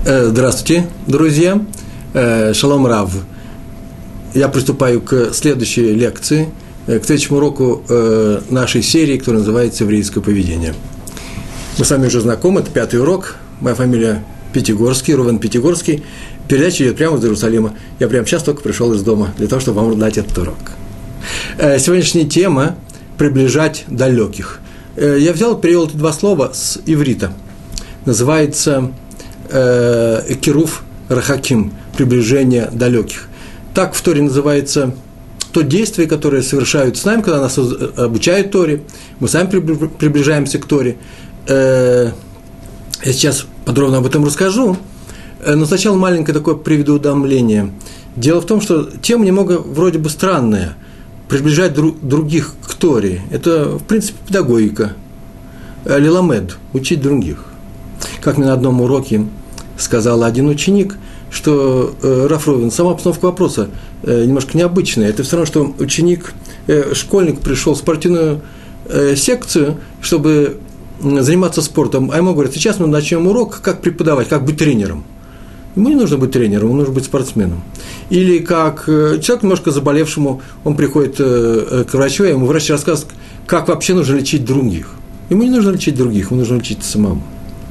Здравствуйте, друзья. Шалом Рав. Я приступаю к следующей лекции, к следующему уроку нашей серии, которая называется «Еврейское поведение». Мы с вами уже знакомы, это 5-й урок. Моя фамилия Пятигорский, Рувен Пятигорский. Передача идет прямо из Иерусалима. Я прямо сейчас только пришел из дома для того, чтобы вам дать этот урок. Сегодняшняя тема – «Приближать далеких». Я перевел эти два слова с иврита. Называется «Кирув рахаким» – «Приближение далеких». Так в Торе называется то действие, которое совершают с нами, когда нас обучают Торе. Мы сами приближаемся к Торе. Я сейчас подробно об этом расскажу, но сначала маленькое такое предуведомление. Дело в том, что тема немного вроде бы странная. Приближать других к Торе – это, в принципе, педагогика. Лиламед – учить других. Как мне на одном уроке сказал один ученик, что Рав Ровен, сама обстановка вопроса немножко необычная. Это все равно, что ученик, школьник пришел в спортивную секцию, чтобы заниматься спортом, а ему говорят, сейчас мы начнем урок, как преподавать, как быть тренером. Ему не нужно быть тренером, ему нужно быть спортсменом. Или как человек немножко заболевшему, он приходит к врачу, и ему врач рассказывает, как вообще нужно лечить других. Ему не нужно лечить других, ему нужно лечить самому.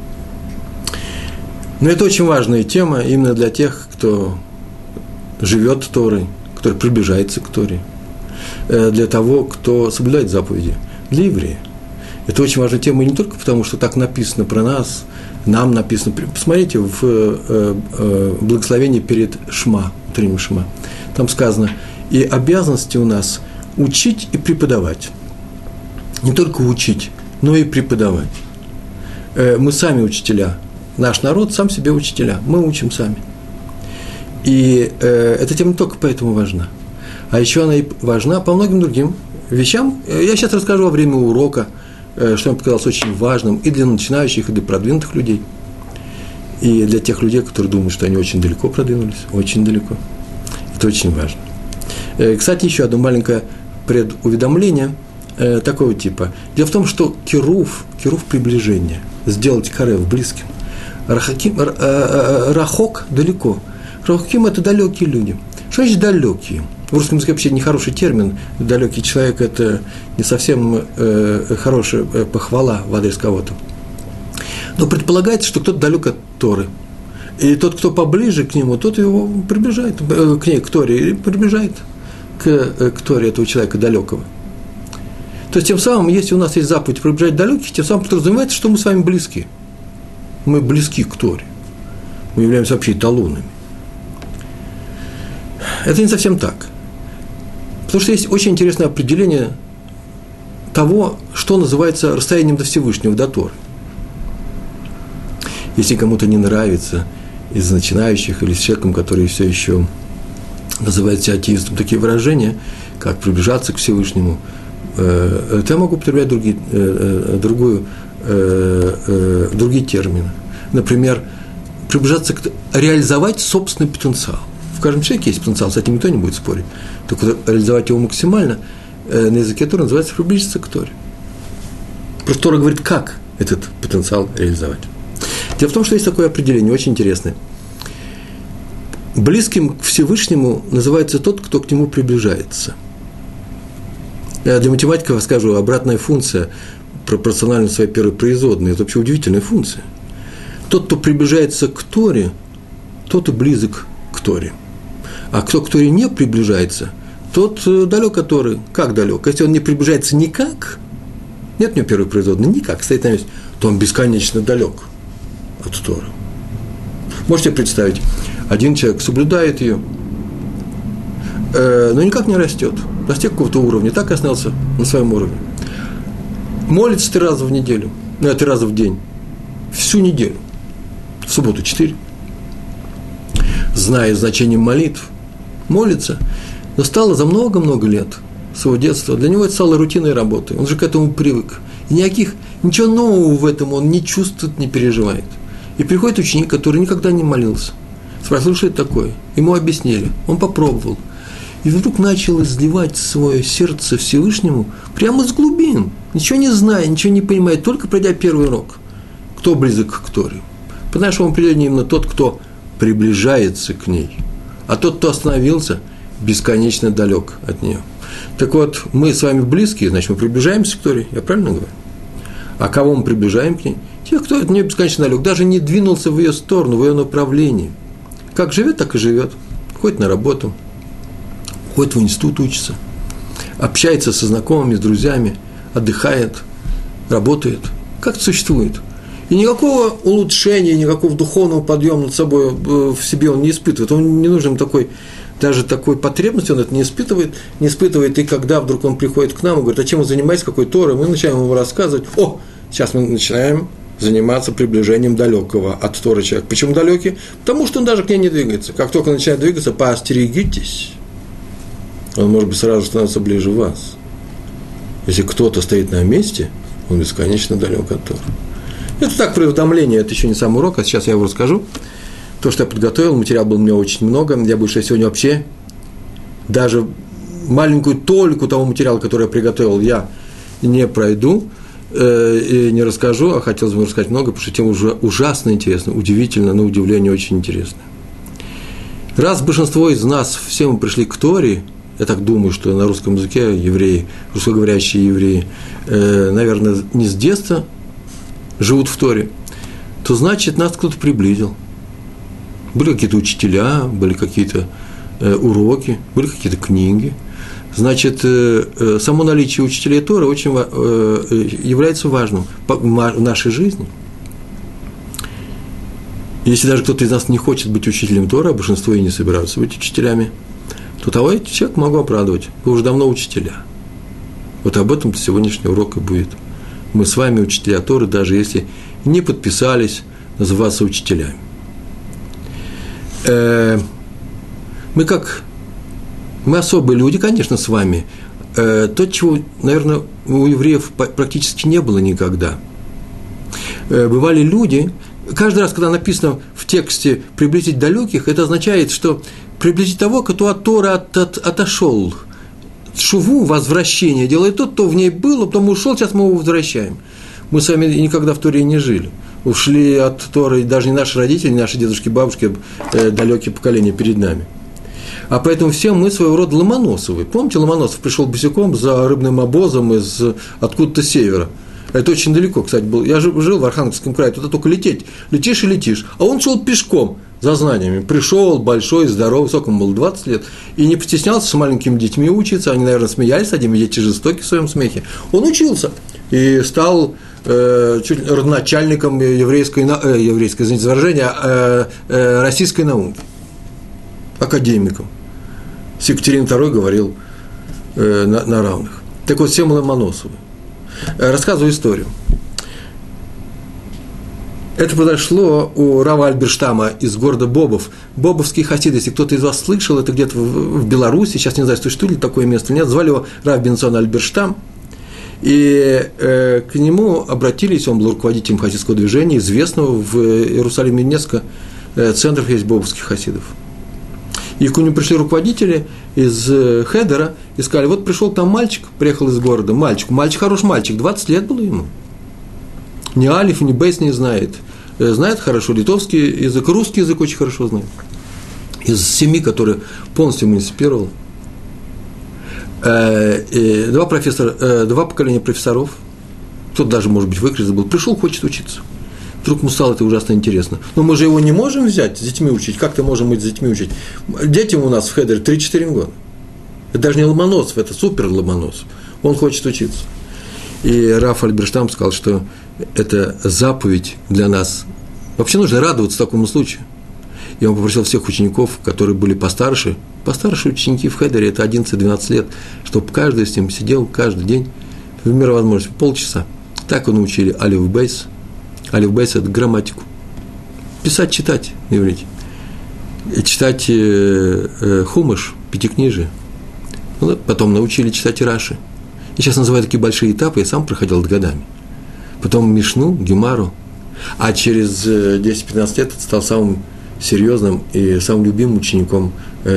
Но это очень важная тема именно для тех, кто живет Торой, кто приближается к Торе, для того, кто соблюдает заповеди, для еврея. Это очень важная тема, и не только потому, что так написано про нас, нам написано. Посмотрите в благословении перед Шма, утренним Шма. Там сказано, и обязанности у нас учить и преподавать. Не только учить, но и преподавать. Мы сами учителя. Наш народ сам себе учителя, мы учим сами. И эта тема не только поэтому важна, а еще она и важна по многим другим вещам. Я сейчас расскажу во время урока, что мне показалось очень важным и для начинающих, и для продвинутых людей, и для тех людей, которые думают, что они очень далеко продвинулись, очень далеко. Это очень важно. Кстати, еще одно маленькое предуведомление такого типа. Дело в том, что кирув приближение, сделать карев близким, рахок далеко. Рахоким – это далекие люди. Что значит далекие? В русском языке вообще нехороший термин. Далекий человек – это не совсем хорошая похвала в адрес кого-то. Но предполагается, что кто-то далек от Торы. И тот, кто поближе к нему, тот его приближает к ней, к Торе, или приближает к Торе этого человека далекого. То есть, тем самым, если у нас есть заповедь приближать далеких, тем самым подразумевается, что мы с вами близки. Мы близки к Торе. Мы являемся вообще эталонами. Это не совсем так. Потому что есть очень интересное определение того, что называется расстоянием до Всевышнего, до Торы. Если кому-то не нравится из начинающих или с человеком, который все еще называет себя атеистом, такие выражения, как приближаться к Всевышнему, то я могу употреблять другие термины. Например, приближаться реализовать собственный потенциал. В каждом человеке есть потенциал, с этим никто не будет спорить. Только реализовать его максимально на языке Торы называется приблизиться к Торе. Просто Тора говорит, как этот потенциал реализовать. Дело в том, что есть такое определение, очень интересное. Близким к Всевышнему называется тот, кто к нему приближается. Я для математиков скажу, обратная функция пропорциональна своей первой производной. Это вообще удивительная функция. Тот, кто приближается к Торе, тот и близок к Торе. А кто к Торе не приближается, тот далек от Торы. Как далек? Если он не приближается никак, нет у него первой производной, никак, стоит на месте, то он бесконечно далек от Торы. Можете представить, один человек соблюдает ее, но никак не растет, достиг какого-то уровня, так и остался на своем уровне. Молится 3 раза в неделю, 3 раза в день, всю неделю, в субботу 4. Зная значение молитв, молится, но стало за много-много лет своего детства, для него это стало рутинной работой, он же к этому привык. И ничего нового в этом он не чувствует, не переживает. И приходит ученик, который никогда не молился, спросил, что это такое, ему объяснили, он попробовал. И вдруг начал изливать свое сердце Всевышнему прямо с глубин, ничего не зная, ничего не понимая, только пройдя первый урок. Кто близок к Торе? По нашему определению, именно тот, кто приближается к ней. А тот, кто остановился, бесконечно далек от нее. Так вот, мы с вами близкие, значит, мы приближаемся к Торе, я правильно говорю? А кого мы приближаем к ней? Тех, кто от нее бесконечно далек, даже не двинулся в ее сторону, в ее направлении. Как живет, так и живет. Ходит на работу, ходит в институт, учится, общается со знакомыми, с друзьями, отдыхает, работает, как-то существует. И никакого улучшения, никакого духовного подъема над собой в себе он не испытывает. Он не нужен такой, даже такой потребности он это не испытывает. И когда вдруг он приходит к нам и говорит, а чем вы занимаетесь, какой Торой, мы начинаем ему рассказывать, сейчас мы начинаем заниматься приближением далекого от Торы человека. Почему далекий? Потому что он даже к ней не двигается. Как только начинает двигаться, поостерегитесь, он, может быть, сразу становится ближе вас. Если кто-то стоит на месте, он бесконечно далек от Торы. Это так, про уведомление, это еще не сам урок, а сейчас я его расскажу. То, что я подготовил, материала было у меня очень много. Я больше сегодня вообще даже маленькую толику того материала, который я приготовил, я не пройду и не расскажу, а хотелось бы рассказать много, потому что тема уже ужасно интересна, удивительно, на удивление очень интересна. Раз большинство из нас, все мы пришли к Торе, я так думаю, что на русском языке евреи, русскоговорящие евреи, наверное, не с детства живут в Торе, то значит, нас кто-то приблизил. Были какие-то учителя, были какие-то уроки, были какие-то книги. Значит, само наличие учителей Торы очень является важным в нашей жизни. Если даже кто-то из нас не хочет быть учителем Торы, а большинство и не собираются быть учителями, то того человека могу обрадовать. Вы уже давно учителя. Вот об этом сегодняшний урок и будет. Мы с вами учителя Торы, даже если не подписались называться учителями. Мы особые люди, конечно, с вами. То, чего, наверное, у евреев практически не было никогда. Бывали люди, каждый раз, когда написано в тексте «приблизить далеких», это означает, что приблизить того, кто от Торы отошел. Шуву, возвращение, делает тот, кто в ней был, а потом ушел, сейчас мы его возвращаем. Мы с вами никогда в Торе не жили. Ушли от Торы даже не наши родители, не наши дедушки, бабушки, далекие поколения перед нами. А поэтому все мы своего рода Ломоносовы. Помните, Ломоносов пришел босиком за рыбным обозом из откуда-то севера. Это очень далеко, кстати, был. Я жил в Архангельском крае, туда только лететь. Летишь и летишь. А он шел пешком за знаниями. Пришел большой, здоровый, сколько ему было, 20 лет. И не постеснялся с маленькими детьми учиться. Они, наверное, смеялись, одни дети жестоки в своем смехе. Он учился и стал чуть ли родоначальником извините за выражение, российской науки. Академиком. С Екатериной II говорил на равных. Так вот, все мы Ломоносовы. Рассказываю историю. Это произошло у Рава Альберштама из города Бобов. Бобовские хасиды, если кто-то из вас слышал, это где-то в Беларуси, сейчас не знаю, существует ли такое место или нет, звали его Рав Бенсон Альберштам. И к нему обратились, он был руководителем хасидского движения, известного в Иерусалиме несколько центров есть бобовских хасидов. И к нему пришли руководители из Хедера и сказали, вот пришел к нам мальчик, приехал из города, мальчик хороший мальчик, 20 лет было ему. Ни алиф, ни бейс не знает. Знает хорошо литовский язык, русский язык очень хорошо знает. Из 7, которые полностью муниципировал. Два поколения профессоров, кто-то даже, может быть, выкрестил был, пришел, хочет учиться. Вдруг ему стало это ужасно интересно. Но мы же его не можем взять, с детьми учить. Как-то можем мы с детьми учить? Дети у нас в Хедере 3-4 года. Это даже не Ломоносов, это супер Ломоносов. Он хочет учиться. И Рав Альберштам сказал, что это заповедь для нас. Вообще нужно радоваться такому случаю. И он попросил всех учеников, которые были постарше ученики в Хедере, это 11-12 лет, чтобы каждый с ним сидел каждый день, в меру возможности, полчаса. Так он учили алиф бейс. Алиф бейс – это грамматику. Писать, читать на иврите. Читать хумаш, пятикнижие. Потом научили читать и Раши. И сейчас называют такие большие этапы, я сам проходил это годами. Потом Мишну, Гемару. А через 10-15 лет это стал самым серьезным и самым любимым учеником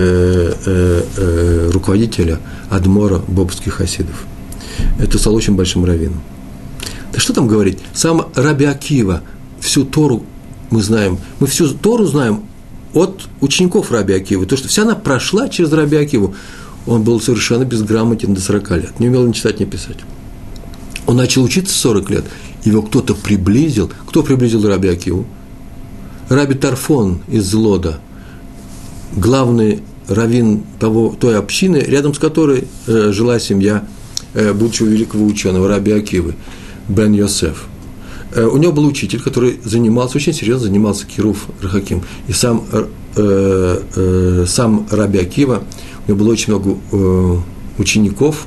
руководителя Адмора бобовских хасидов. Это стал очень большим раввином. Да что там говорить, сам Раби Акива всю Тору мы знаем, мы всю Тору знаем от учеников Раби Акивы, то, что вся она прошла через Раби Акиву. Он был совершенно безграмотен до 40 лет, не умел ни читать, ни писать. Он начал учиться 40 лет, его кто-то приблизил. Кто приблизил Раби Акиву? Раби Тарфон из Лода, главный раввин той общины, рядом с которой жила семья будущего великого ученого Раби Акивы, бен Йосеф. У него был учитель, который занимался, очень серьезно занимался Кирув Рахаким. И сам Раби Акива, у него было очень много учеников,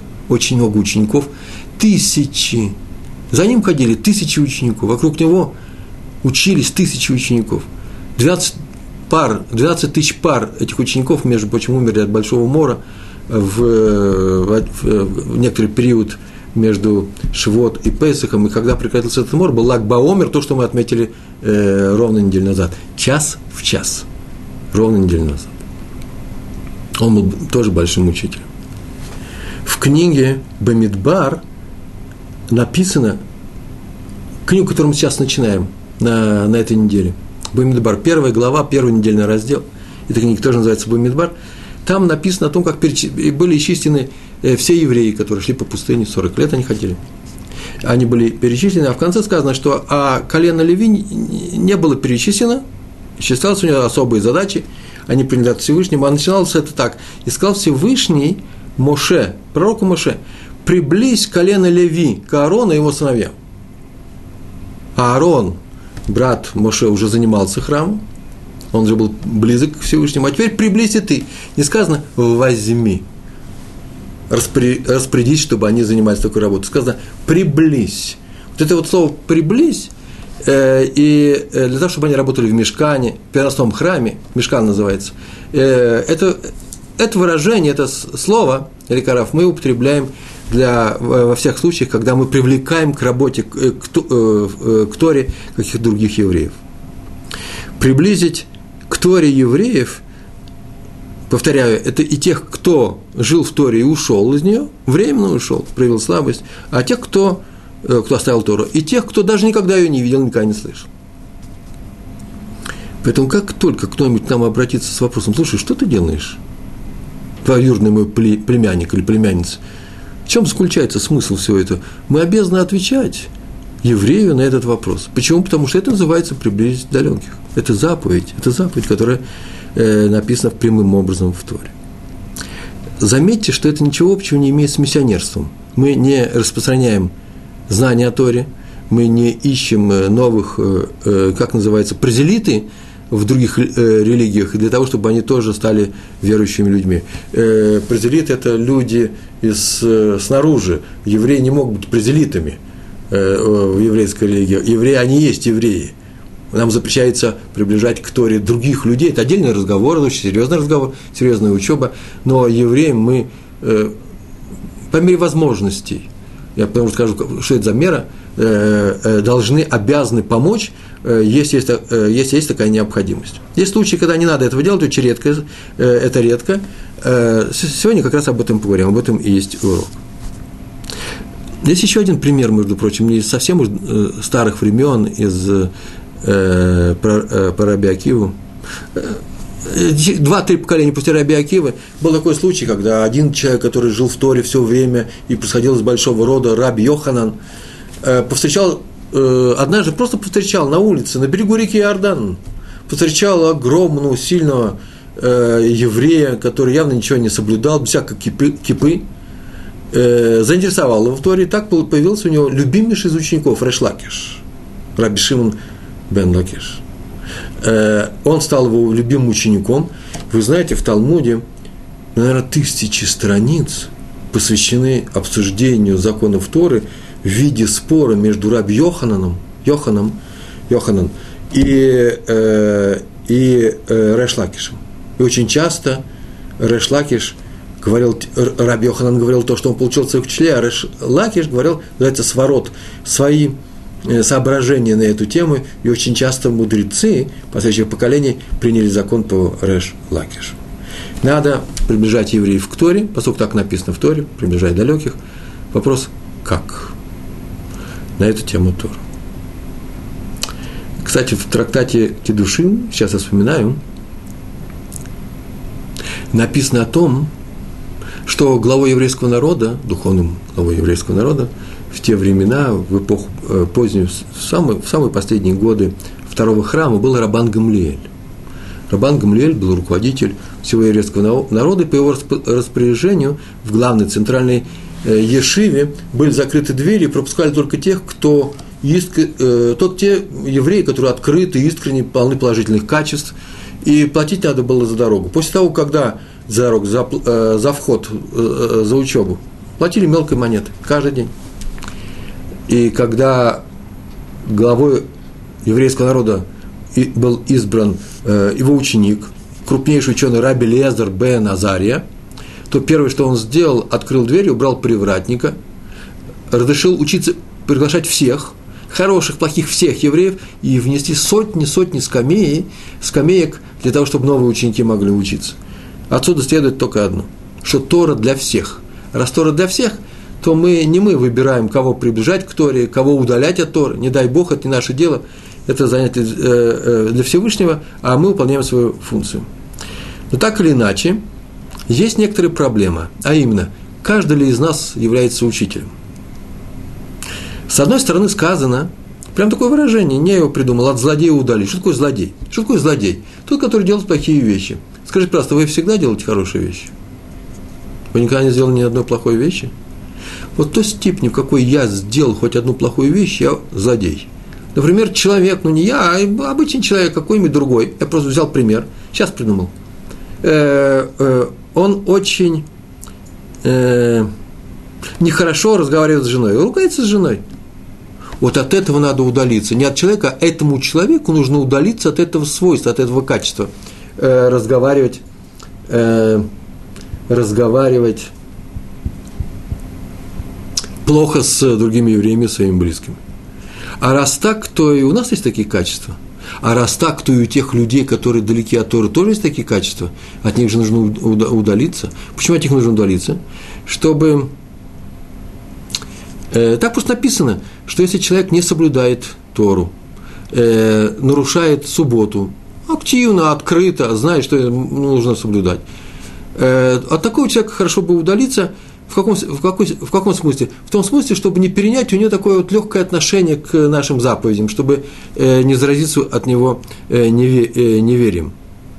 тысячи. За ним ходили тысячи учеников, вокруг него учились тысячи учеников. 12 тысяч пар этих учеников, между прочим, умерли от Большого мора в некоторый период между Шивот и Песахом, и когда прекратился этот мор, был Lag BaOmer, то, что мы отметили ровно неделю назад. Час в час. Ровно неделю назад. Он был тоже большим учителем. В книге Бамидбар написано, книгу, которую мы сейчас начинаем на этой неделе, Бамидбар, 1 глава, 1 недельный раздел, эта книга тоже называется Бамидбар, там написано о том, как были исчислены все евреи, которые шли по пустыне, 40 лет они ходили. Они были перечислены, а в конце сказано, что колено Леви не было перечислено, считалось у него особые задачи, они приняли от Всевышнего, а начиналось это так. И сказал Всевышний Моше, пророку Моше, приблизь колено Леви к Аарону и его сыновьям. А Аарон, брат Моше, уже занимался храмом, он же был близок к Всевышнему, а теперь приблизь и ты. Не сказано возьми, распорядись, чтобы они занимались такой работой. Сказано приблизь. Вот это вот слово приблизь, и для того, чтобы они работали в мишкане, в переносном храме, мишкан называется, это выражение, это слово, рекараф, мы употребляем во всех случаях, когда мы привлекаем к работе, к Торе каких-то других евреев. Приблизить к Торе евреев, повторяю, это и тех, кто жил в Торе и ушел из нее, временно ушел, проявил слабость, а тех, кто оставил Тору, и тех, кто даже никогда ее не видел, никогда не слышал. Поэтому как только кто-нибудь к нам обратится с вопросом: слушай, что ты делаешь, двоюродный мой племянник или племянница, в чем заключается смысл всего этого? Мы обязаны отвечать еврею на этот вопрос. Почему? Потому что это называется приблизить далеких. Это заповедь, которая написана прямым образом в Торе. Заметьте, что это ничего общего не имеет с миссионерством. Мы не распространяем знания о Торе, мы не ищем новых, как называется, прозелиты в других религиях, для того, чтобы они тоже стали верующими людьми. Прозелиты – это люди снаружи. Евреи не могут быть прозелитами в еврейской религии. Евреи, они есть евреи. Нам запрещается приближать к Торе других людей. Это отдельный разговор, это очень серьезный разговор, серьезная учеба. Но евреям мы, по мере возможностей, я потому что скажу, что это за мера, обязаны помочь, если есть такая необходимость. Есть случаи, когда не надо этого делать, очень редко, это редко. Сегодня как раз об этом поговорим, об этом и есть урок. Есть еще один пример, между прочим, не из совсем уж старых времен, про Раби Акиву. 2-3 поколения после Раби Акивы был такой случай, когда один человек, который жил в Торе все время и происходил из большого рода, Раби Йоханан, однажды просто повстречал на улице, на берегу реки Иордан, повстречал огромного, сильного еврея, который явно ничего не соблюдал, без всякой кипы, заинтересовал его в Торе, и так появился у него любимейший из учеников Реш Лакиш, Раби Шимон бен Лакиш. Он стал его любимым учеником. Вы знаете, в Талмуде, наверное, 1000 страниц посвящены обсуждению законов Торы в виде спора между Раби Йохананом и Реш Лакишем. И очень часто Реш Лакиш говорил, Раби Йоханан говорил то, что он получил от своих учителей, а Реш Лакиш говорил, называется, сворот, свои соображения на эту тему, и очень часто мудрецы последующих поколений приняли закон по Реш Лакишу. Надо приближать евреев к Торе, поскольку так написано в Торе, приближать далеких. Вопрос, как? На эту тему Тора. Кстати, в трактате Кидушин, сейчас я вспоминаю, написано о том, что главой еврейского народа, духовным главой еврейского народа, в те времена, в эпоху позднюю, в самые последние годы второго храма был Рабан Гамлиэль. Рабан Гамлиэль был руководитель всего еврейского народа, и по его распоряжению в главной центральной ешиве были закрыты двери, и пропускали только тех, те евреи, которые открыты, искренне, полны положительных качеств, и платить надо было за дорогу. После того, когда за дорогу, за вход, за учебу, платили мелкой монетой каждый день. И когда главой еврейского народа был избран его ученик, крупнейший ученый Раби Элиэзер бен Азария, то первое, что он сделал, открыл дверь, убрал привратника, разрешил учиться, приглашать всех, хороших, плохих, всех евреев, и внести сотни скамеек для того, чтобы новые ученики могли учиться. Отсюда следует только одно, что Тора для всех. Раз Тора для всех, то не мы выбираем, кого приближать к Торе, кого удалять от Торы, не дай Бог, это не наше дело, это занятие для Всевышнего, а мы выполняем свою функцию. Но так или иначе, есть некоторые проблемы, а именно, каждый ли из нас является учителем. С одной стороны сказано, прям такое выражение, не я его придумал, от злодея удалить. Что такое злодей? Что такое злодей? Тот, который делает плохие вещи. Скажите, просто, вы всегда делаете хорошие вещи? Вы никогда не сделали ни одной плохой вещи? Вот в той степени, в какой я сделал хоть одну плохую вещь, я злодей. Например, человек, не я, а обычный человек, какой-нибудь другой, я просто взял пример, сейчас придумал. Он очень нехорошо разговаривает с женой, ругается с женой. Вот от этого надо удалиться. Не от человека, а этому человеку нужно удалиться от этого свойства, от этого качества. Разговаривать плохо с другими евреями, своими близкими. А раз так, то и у нас есть такие качества. А раз так, то и у тех людей, которые далеки от Торы, тоже есть такие качества. От них же нужно удалиться. Почему от них нужно удалиться? Чтобы... Так просто написано, что если человек не соблюдает Тору, нарушает субботу, активно, открыто, знает, что нужно соблюдать, от такого человека хорошо бы удалиться. В каком смысле? В том смысле, чтобы не перенять у него такое вот легкое отношение к нашим заповедям, чтобы не заразиться от него неверием.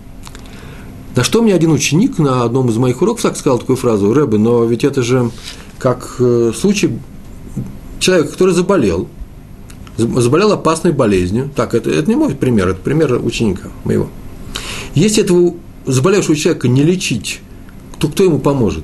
На что мне один ученик на одном из моих уроков так сказал такую фразу: «Рэбе, но ведь это же как случай человека, который заболел опасной болезнью». Так, это не мой пример, это пример ученика моего. Если этого заболевшего человека не лечить, то кто ему поможет?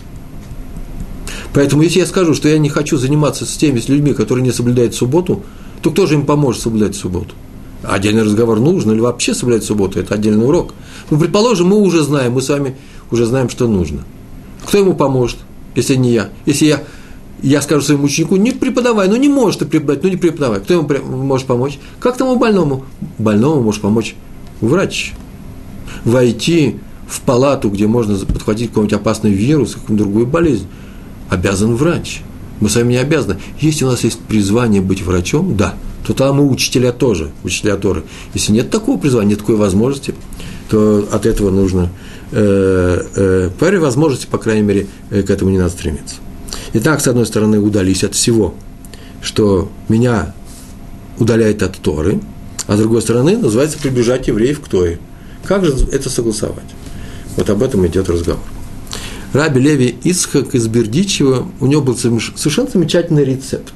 Поэтому, если я скажу, что я не хочу заниматься с теми людьми, которые не соблюдают субботу, то кто же им поможет соблюдать субботу? Отдельный разговор, нужно ли вообще соблюдать субботу, это отдельный урок. Ну, предположим, мы с вами уже знаем, что нужно. Кто ему поможет, если не я? Если я скажу своему ученику: не преподавай, не можешь ты преподавать, не преподавай. Кто ему может помочь? Как тому больному? Больному может помочь врач. Войти в палату, где можно подхватить какой-нибудь опасный вирус, какую-нибудь другую болезнь, обязан врач. Мы с вами не обязаны. Если у нас есть призвание быть врачом, да, то тогда мы учителя тоже, учителя Торы. Если нет такого призвания, нет такой возможности, то от этого нужно, по возможности, по крайней мере, к этому не надо стремиться. Итак, с одной стороны, удались от всего, что меня удаляет от Торы, а с другой стороны, называется приближать евреев к Торе. Как же это согласовать? Вот об этом идет разговор. Раби Леви Ицхак из Бердичева, у него был совершенно замечательный рецепт.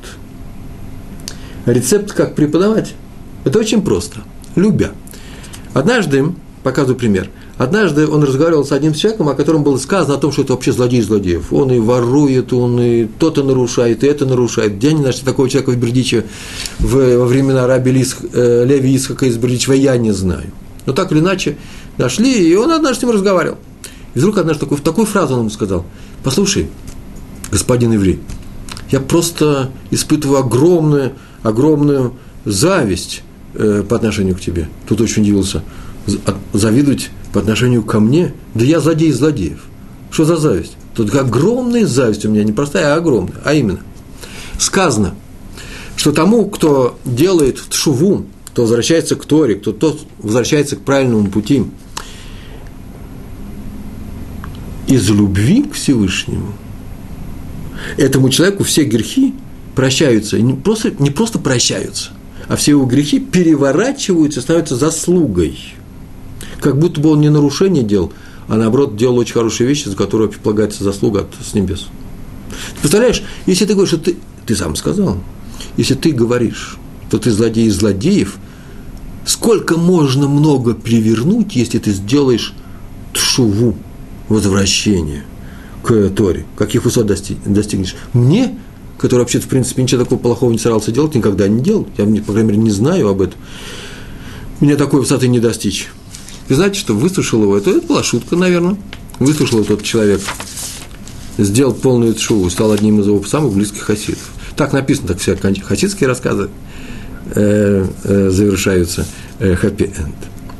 Рецепт, как преподавать, это очень просто, любя. Однажды, показываю пример, однажды он разговаривал с одним человеком, о котором было сказано о том, что это вообще злодей злодеев. Он и ворует, он и то-то нарушает, и это нарушает. Где они нашли такого человека в Бердичеве во времена Раби Леви Ицхака из Бердичева, я не знаю. Но так или иначе нашли, и он однажды с ним разговаривал. И вдруг однажды такую фразу он ему сказал: «Послушай, господин еврей, я просто испытываю огромную зависть по отношению к тебе». Тут очень удивился. Завидовать по отношению ко мне? Да я злодей злодеев. Что за зависть? Тут огромная зависть у меня, не простая, а огромная. А именно, сказано, что тому, кто делает тшуву, кто возвращается к Торе, кто возвращается к правильному пути из любви к Всевышнему, этому человеку все грехи прощаются, не просто прощаются, а все его грехи переворачиваются, становятся заслугой. Как будто бы он не нарушение делал, а наоборот делал очень хорошие вещи, за которые полагается заслуга с небес. Ты представляешь, если ты говоришь, что ты сам сказал, если ты говоришь, что ты злодей из злодеев, сколько можно много привернуть, если ты сделаешь тшуву, возвращение к Торе, каких высот достигнешь. Мне, который вообще-то, в принципе, ничего такого плохого не старался делать, никогда не делал, я, по крайней мере, не знаю об этом, мне такой высоты не достичь. И знаете, что выслушал его, это была шутка, наверное, выслушал его тот человек, сделал полную тшуву, стал одним из его самых близких хасидов. Так написано, так все хасидские рассказы завершаются хэппи-энд.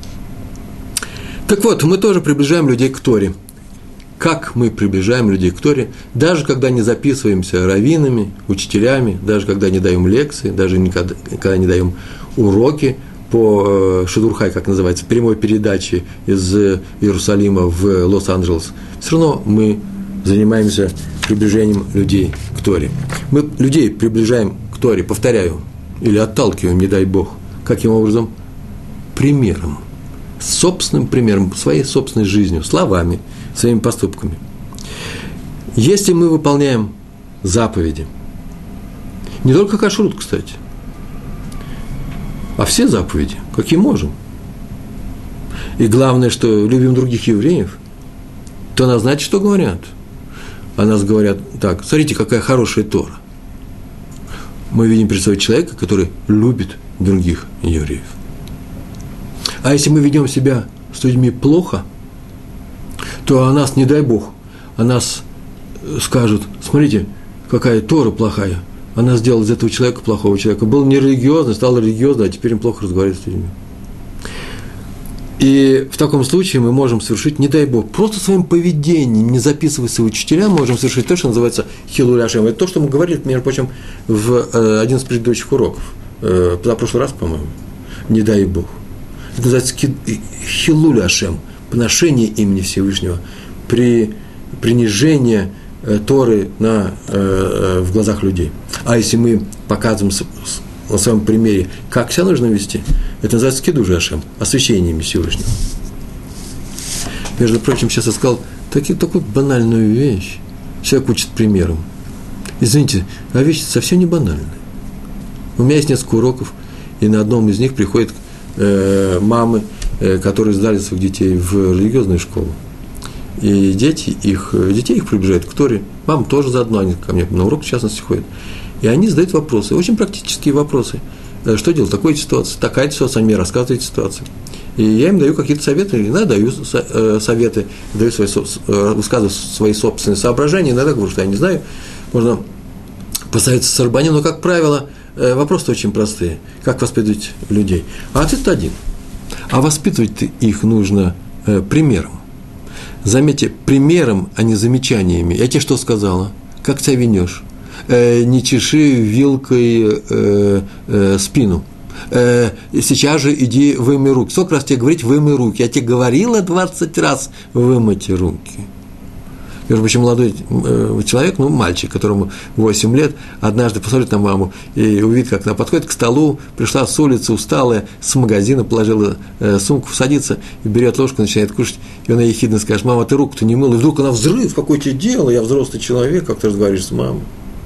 Так вот, мы тоже приближаем людей к Торе. Как мы приближаем людей к Торе, даже когда не записываемся раввинами, учителями, даже когда не даем лекции, даже когда не даем уроки по Шидур-Хай, как называется, прямой передаче из Иерусалима в Лос-Анджелес, все равно мы занимаемся приближением людей к Торе. Мы людей приближаем к Торе, повторяю, или отталкиваем, не дай Бог. Каким образом? Примером. Собственным примером, своей собственной жизнью, словами, своими поступками. Если мы выполняем заповеди, не только кашрут, кстати, а все заповеди, какие можем, и главное, что любим других евреев, то нас, знаете, что говорят? О нас говорят так: смотрите, какая хорошая Тора. Мы видим перед собой человека, который любит других евреев. А если мы ведем себя с людьми плохо, то о нас, не дай Бог, о нас скажут: смотрите, какая Тора плохая, она сделала из этого человека плохого человека. Был нерелигиозный, стал религиозным, а теперь им плохо разговаривать с людьми. И в таком случае мы можем совершить, не дай Бог, просто своим поведением, не записывая свои учителя, можем совершить то, что называется хилуль ашем. Это то, что мы говорили, между прочим, в один из предыдущих уроков, позапрошлый раз, по-моему, не дай Бог. Это называется хилуль ашем, поношение имени Всевышнего, принижение Торы в глазах людей. А если мы показываем на своем примере, как себя нужно вести, это называется кидуш ашем, освящение имени Всевышнего. Между прочим, сейчас я сказал такую банальную вещь. Человек учит примером. Извините, а вещь совсем не банальная. У меня есть несколько уроков, и на одном из них приходят мамы, которые сдали своих детей в религиозную школу. И детей их приближают к Торе. Мама тоже заодно, они ко мне на урок, в частности, ходят. И они задают вопросы, очень практические вопросы. Что делать в такой ситуации, такая ситуация, они мне рассказывают ситуации. И я им даю какие-то советы, иногда даю советы, высказываю свои собственные соображения, иногда говорю, что я не знаю, можно посоветоваться с рабаним, но, как правило, вопросы очень простые. Как воспитывать людей? А ответ один. А воспитывать их нужно примером. Заметьте, примером, а не замечаниями. Я тебе что сказала? Как тебя винешь? Не чеши вилкой спину. Сейчас же иди вымой руки. Сколько раз тебе говорить вымой руки? Я тебе говорила 20 раз вымойте руки. Между прочим, молодой человек, мальчик, которому 8 лет, однажды посмотрит на маму и увидит, как она подходит к столу, пришла с улицы, усталая, с магазина, положила сумку, садится и берет ложку, начинает кушать, и она ехидно скажет: мама, ты руку-то не мыла, и вдруг она: взрыв, какое тебе дело, я взрослый человек, как ты разговариваешь с мамой.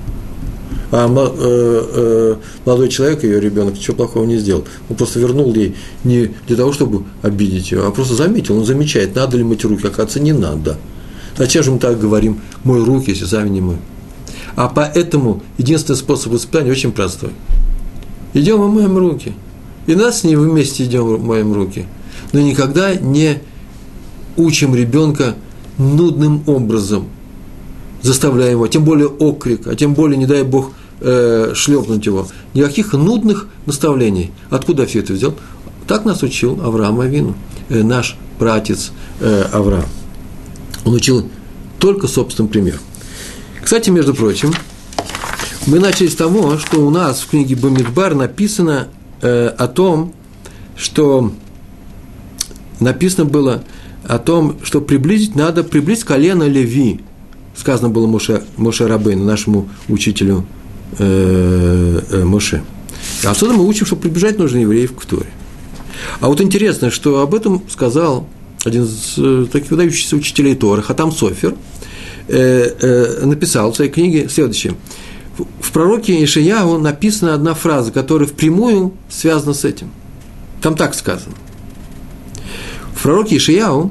А молодой человек, ее ребенок, ничего плохого не сделал. Он просто вернул ей не для того, чтобы обидеть ее, а просто заметил, он замечает, надо ли мыть руки, оказывается, не надо. Зачем же мы так говорим: мой руки, если сами не мой? А поэтому единственный способ воспитания очень простой. Идем и моем руки. И нас с ней вместе идем и моем руки. Но никогда не учим ребенка нудным образом, заставляя его, тем более окрик, а тем более, не дай Бог, шлепнуть его. Никаких нудных наставлений. Откуда все это взял? Так нас учил Авраам Авину, наш пратец Авраам. Он учил только собственным примером. Кстати, между прочим, мы начали с того, что у нас в книге Бамидбар написано о том, что написано было о том, что надо приблизить колено Леви. Сказано было Моше Рабейну, нашему учителю Моше. А отсюда мы учим, что приближать нужно евреев к Торе. А вот интересно, что об этом сказал один из таких выдающихся учителей Торы, Хатам Софер, написал в своей книге следующее. В пророке Ишаяу написана одна фраза, которая впрямую связана с этим. Там так сказано. В пророке Ишаяу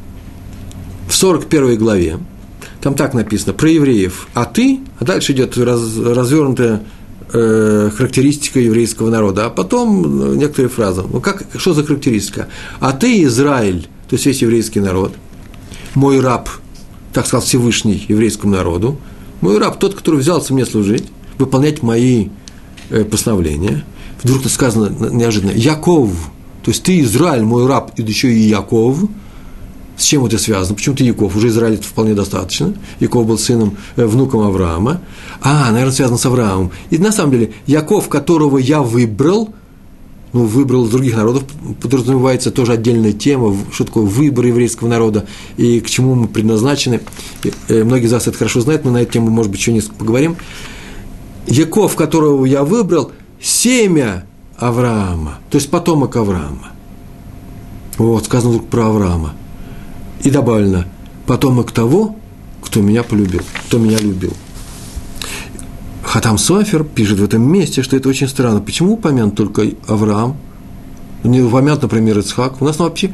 в 41 главе там так написано про евреев, а дальше идет развернутая характеристика еврейского народа, а потом некоторые фразы. Что за характеристика? А ты, Израиль, то есть весь еврейский народ, мой раб, так сказал Всевышний еврейскому народу, мой раб, тот, который взялся мне служить, выполнять мои постановления. Вдруг сказано неожиданно, Яков, то есть ты, Израиль, мой раб, и еще и Яков. С чем это связано? Почему ты Яков? Уже Израиль это вполне достаточно. Яков был внуком Авраама. Наверное, связано с Авраамом. И на самом деле, Яков, которого я выбрал из других народов, подразумевается тоже отдельная тема, что такое выбор еврейского народа и к чему мы предназначены. Многие из вас это хорошо знают, мы на эту тему, может быть, еще несколько поговорим. Яков, которого я выбрал, семя Авраама, то есть потомок Авраама. Вот, сказано вдруг про Авраама. И добавлено, потомок того, кто меня полюбил, кто меня любил. Хатам Софер пишет в этом месте, что это очень странно. Почему упомянут только Авраам? Не упомянут, например, Ицхак. У нас вообще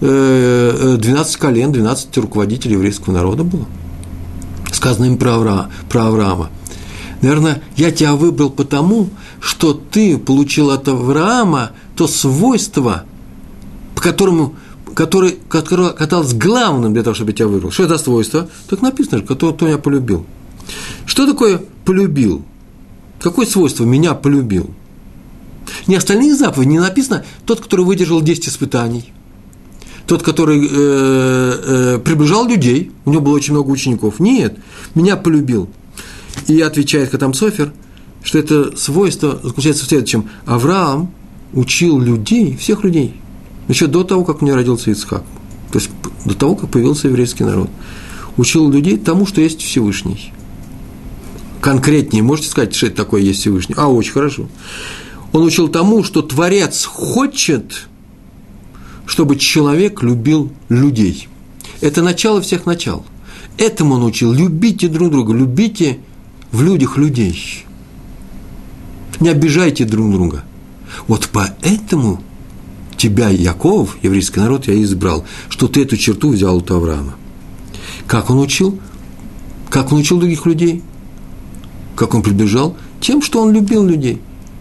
12 колен, 12 руководителей еврейского народа было. Сказано им про Авраама. Наверное, я тебя выбрал потому, что ты получил от Авраама то свойство, которое оказалось главным для того, чтобы я тебя выбрал. Что это свойство? Так написано же, кто меня полюбил. Что такое полюбил? Какое свойство меня полюбил? Не остальные заповеди, не написано тот, который выдержал 10 испытаний, тот, который приближал людей, у него было очень много учеников. Нет, меня полюбил. И отвечает Хатам Софер, что это свойство заключается в следующем. Авраам учил людей, всех людей, еще до того, как у него родился Ицхак, то есть до того, как появился еврейский народ, учил людей тому, что есть Всевышний. Конкретнее можете сказать, что это такое есть Всевышний? Очень хорошо. Он учил тому, что Творец хочет, чтобы человек любил людей. Это начало всех начал. Этому он учил. Любите друг друга, любите в людях людей. Не обижайте друг друга. Вот поэтому тебя, Яков, еврейский народ, я избрал, что ты эту черту взял от Авраама. Как он учил? Как он учил других людей? Как он приближал? Тем, что он любил людей.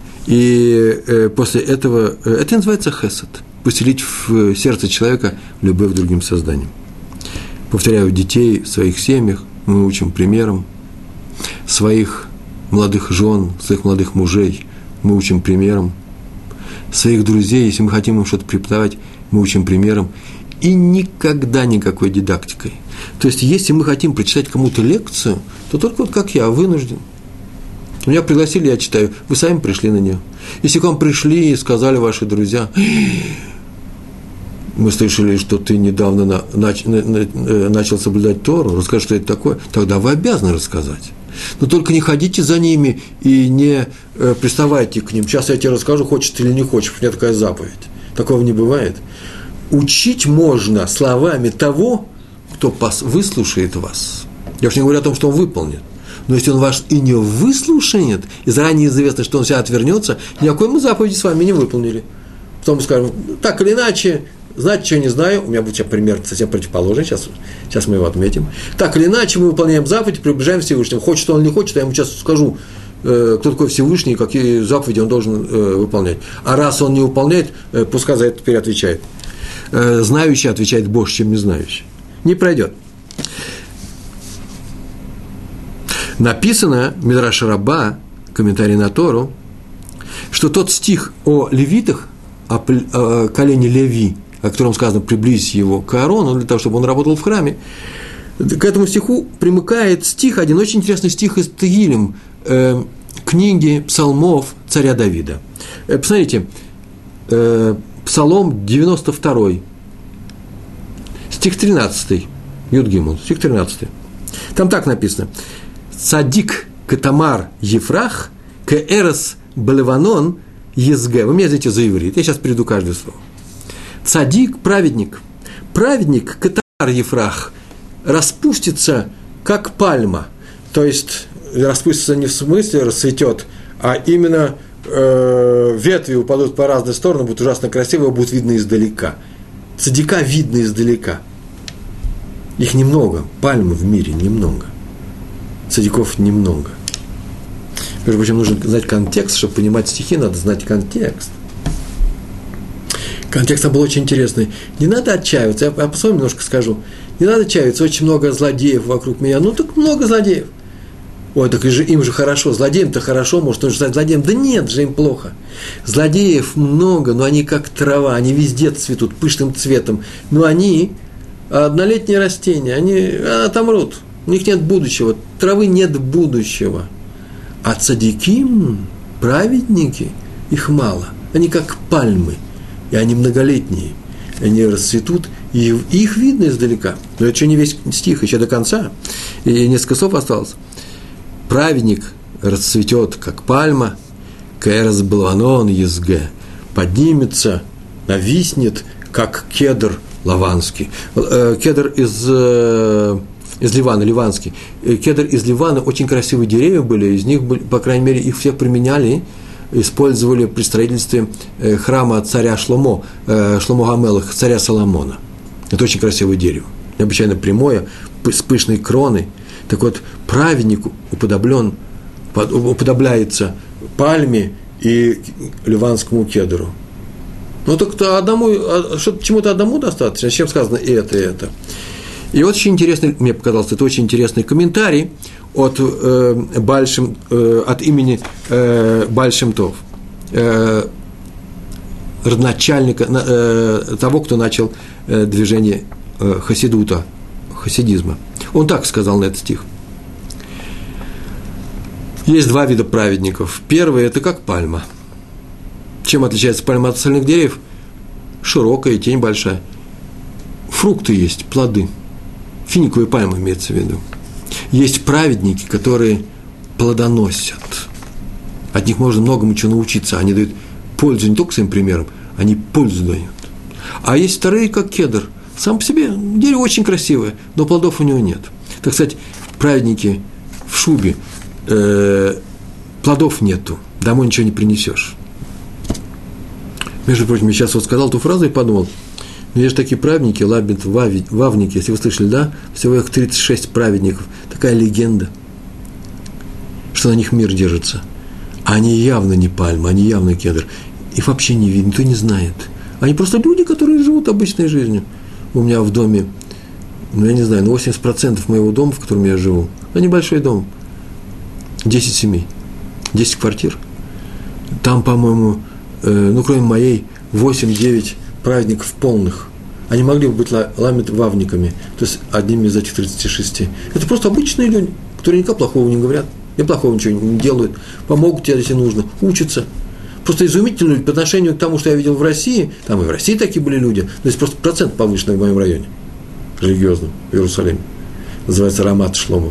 И после этого, это называется хесед, поселить в сердце человека любовь к другим созданиям. Повторяю, детей в своих семьях мы учим примером, своих молодых жен, своих молодых мужей мы учим примером, своих друзей, если мы хотим им что-то преподавать, мы учим примером, и никогда никакой дидактикой. То есть, если мы хотим прочитать кому-то лекцию, то только вот как я, вынужден. Меня пригласили, я читаю, вы сами пришли на нее. Если к вам пришли и сказали ваши друзья, мы слышали, что ты недавно начал соблюдать Тору, расскажи, что это такое, тогда вы обязаны рассказать. Но только не ходите за ними и не приставайте к ним. Сейчас я тебе расскажу, хочешь ты или не хочешь, у меня такая заповедь. Такого не бывает. Учить можно словами того, кто выслушает вас. Я уж не говорю о том, что он выполнит. Но если он вас и не выслушает, и заранее известно, что он сейчас отвернется, никакой мы заповеди с вами не выполнили. Потом мы скажем, так или иначе, знать, что я не знаю, у меня будет сейчас пример совсем противоположный, сейчас мы его отметим. Так или иначе, мы выполняем заповедь, приближаем к Всевышнему. Хочет он или не хочет, я ему сейчас скажу, кто такой Всевышний, какие заповеди он должен выполнять. А раз он не выполняет, пускай за это теперь отвечает. Знающий отвечает больше, чем не знающий. Не пройдет. Написано, Мидраш Раба, комментарий на Тору, что тот стих о левитах, о колене Леви, о котором сказано «приблизь его к Аарону», для того, чтобы он работал в храме, к этому стиху примыкает стих, один очень интересный стих из Тегилим, книги псалмов царя Давида. Посмотрите, Псалом 92, стих 13, Юд Гимл, стих 13. Там так написано. «Цадик катамар ефрах, кээрос балеванон езгэ». Вы меня знаете за иврит, я сейчас перейду каждое слово. Цадик – праведник. Праведник катамар ефрах распустится, как пальма. То есть, распустится не в смысле расцветет, а именно ветви упадут по разные стороны, будут ужасно красивые, будут видны издалека. Цадика видно издалека. Их немного, пальмы в мире немного. Цадиков немного. Между прочим, нужно знать контекст, чтобы понимать стихи, надо знать контекст. Контекст там был очень интересный. Не надо отчаиваться, я по-своему немножко скажу. Не надо отчаиваться, очень много злодеев вокруг меня. Ну, так много злодеев. Ой, так им же хорошо, злодеям-то хорошо, может, он же стать злодеем. Да нет же, им плохо. Злодеев много, но они как трава, они везде цветут пышным цветом. Но они однолетние растения, они отомрут. У них нет будущего, травы нет будущего. А цадиким, праведники, их мало. Они как пальмы, и они многолетние. Они расцветут, и их видно издалека. Но это еще не весь стих, еще до конца. И несколько слов осталось. Праведник расцветет, как пальма, кэрос баланон езгэ, поднимется, нависнет, как кедр лаванский. Кедр из Ливана, ливанский. Кедр из Ливана, очень красивые деревья были, из них, по крайней мере, их всех применяли, использовали при строительстве храма царя Шломо Гамелеха, царя Соломона. Это очень красивое дерево, необычайно прямое, с пышной кроной. Так вот, праведник уподобляется пальме и ливанскому кедру. Ну, так чему-то одному достаточно, с чем сказано и это, и это. И вот очень интересный, мне показалось, это очень интересный комментарий от имени Бааль Шем Тов, родоначальника, того, кто начал движение хасидизма. Он так сказал на этот стих. Есть два вида праведников. Первый – это как пальма. Чем отличается пальма от остальных деревьев? Широкая, тень большая. Фрукты есть, плоды. Финиковые пальмы имеется в виду. Есть праведники, которые плодоносят. От них можно многому чего научиться. Они дают пользу не только своим примером, они пользу дают. А есть вторые, как кедр. Сам по себе дерево очень красивое, но плодов у него нет. Так сказать, праведники в шубе, плодов нету, домой ничего не принесешь. Между прочим, я сейчас вот сказал эту фразу и подумал, есть такие праведники, лабит, вавники, если вы слышали, да, всего их 36 праведников, такая легенда, что на них мир держится. Они явно не пальма, они явно кедр. Их вообще не видно, никто не знает. Они просто люди, которые живут обычной жизнью. У меня в доме, я не знаю, 80% моего дома, в котором я живу, это небольшой дом, 10 семей, 10 квартир. Там, по-моему, кроме моей, 8-9 праведников полных. Они могли бы быть ламит-вавниками, то есть одними из этих 36. Это просто обычные люди, которые никак плохого не говорят, и плохого ничего не делают, помогут тебе, если нужно, учатся. Просто изумительные люди по отношению к тому, что я видел в России, там и в России такие были люди, но есть просто процент повышенный в моем районе, религиозном, в Иерусалиме, называется Рамат Шломо.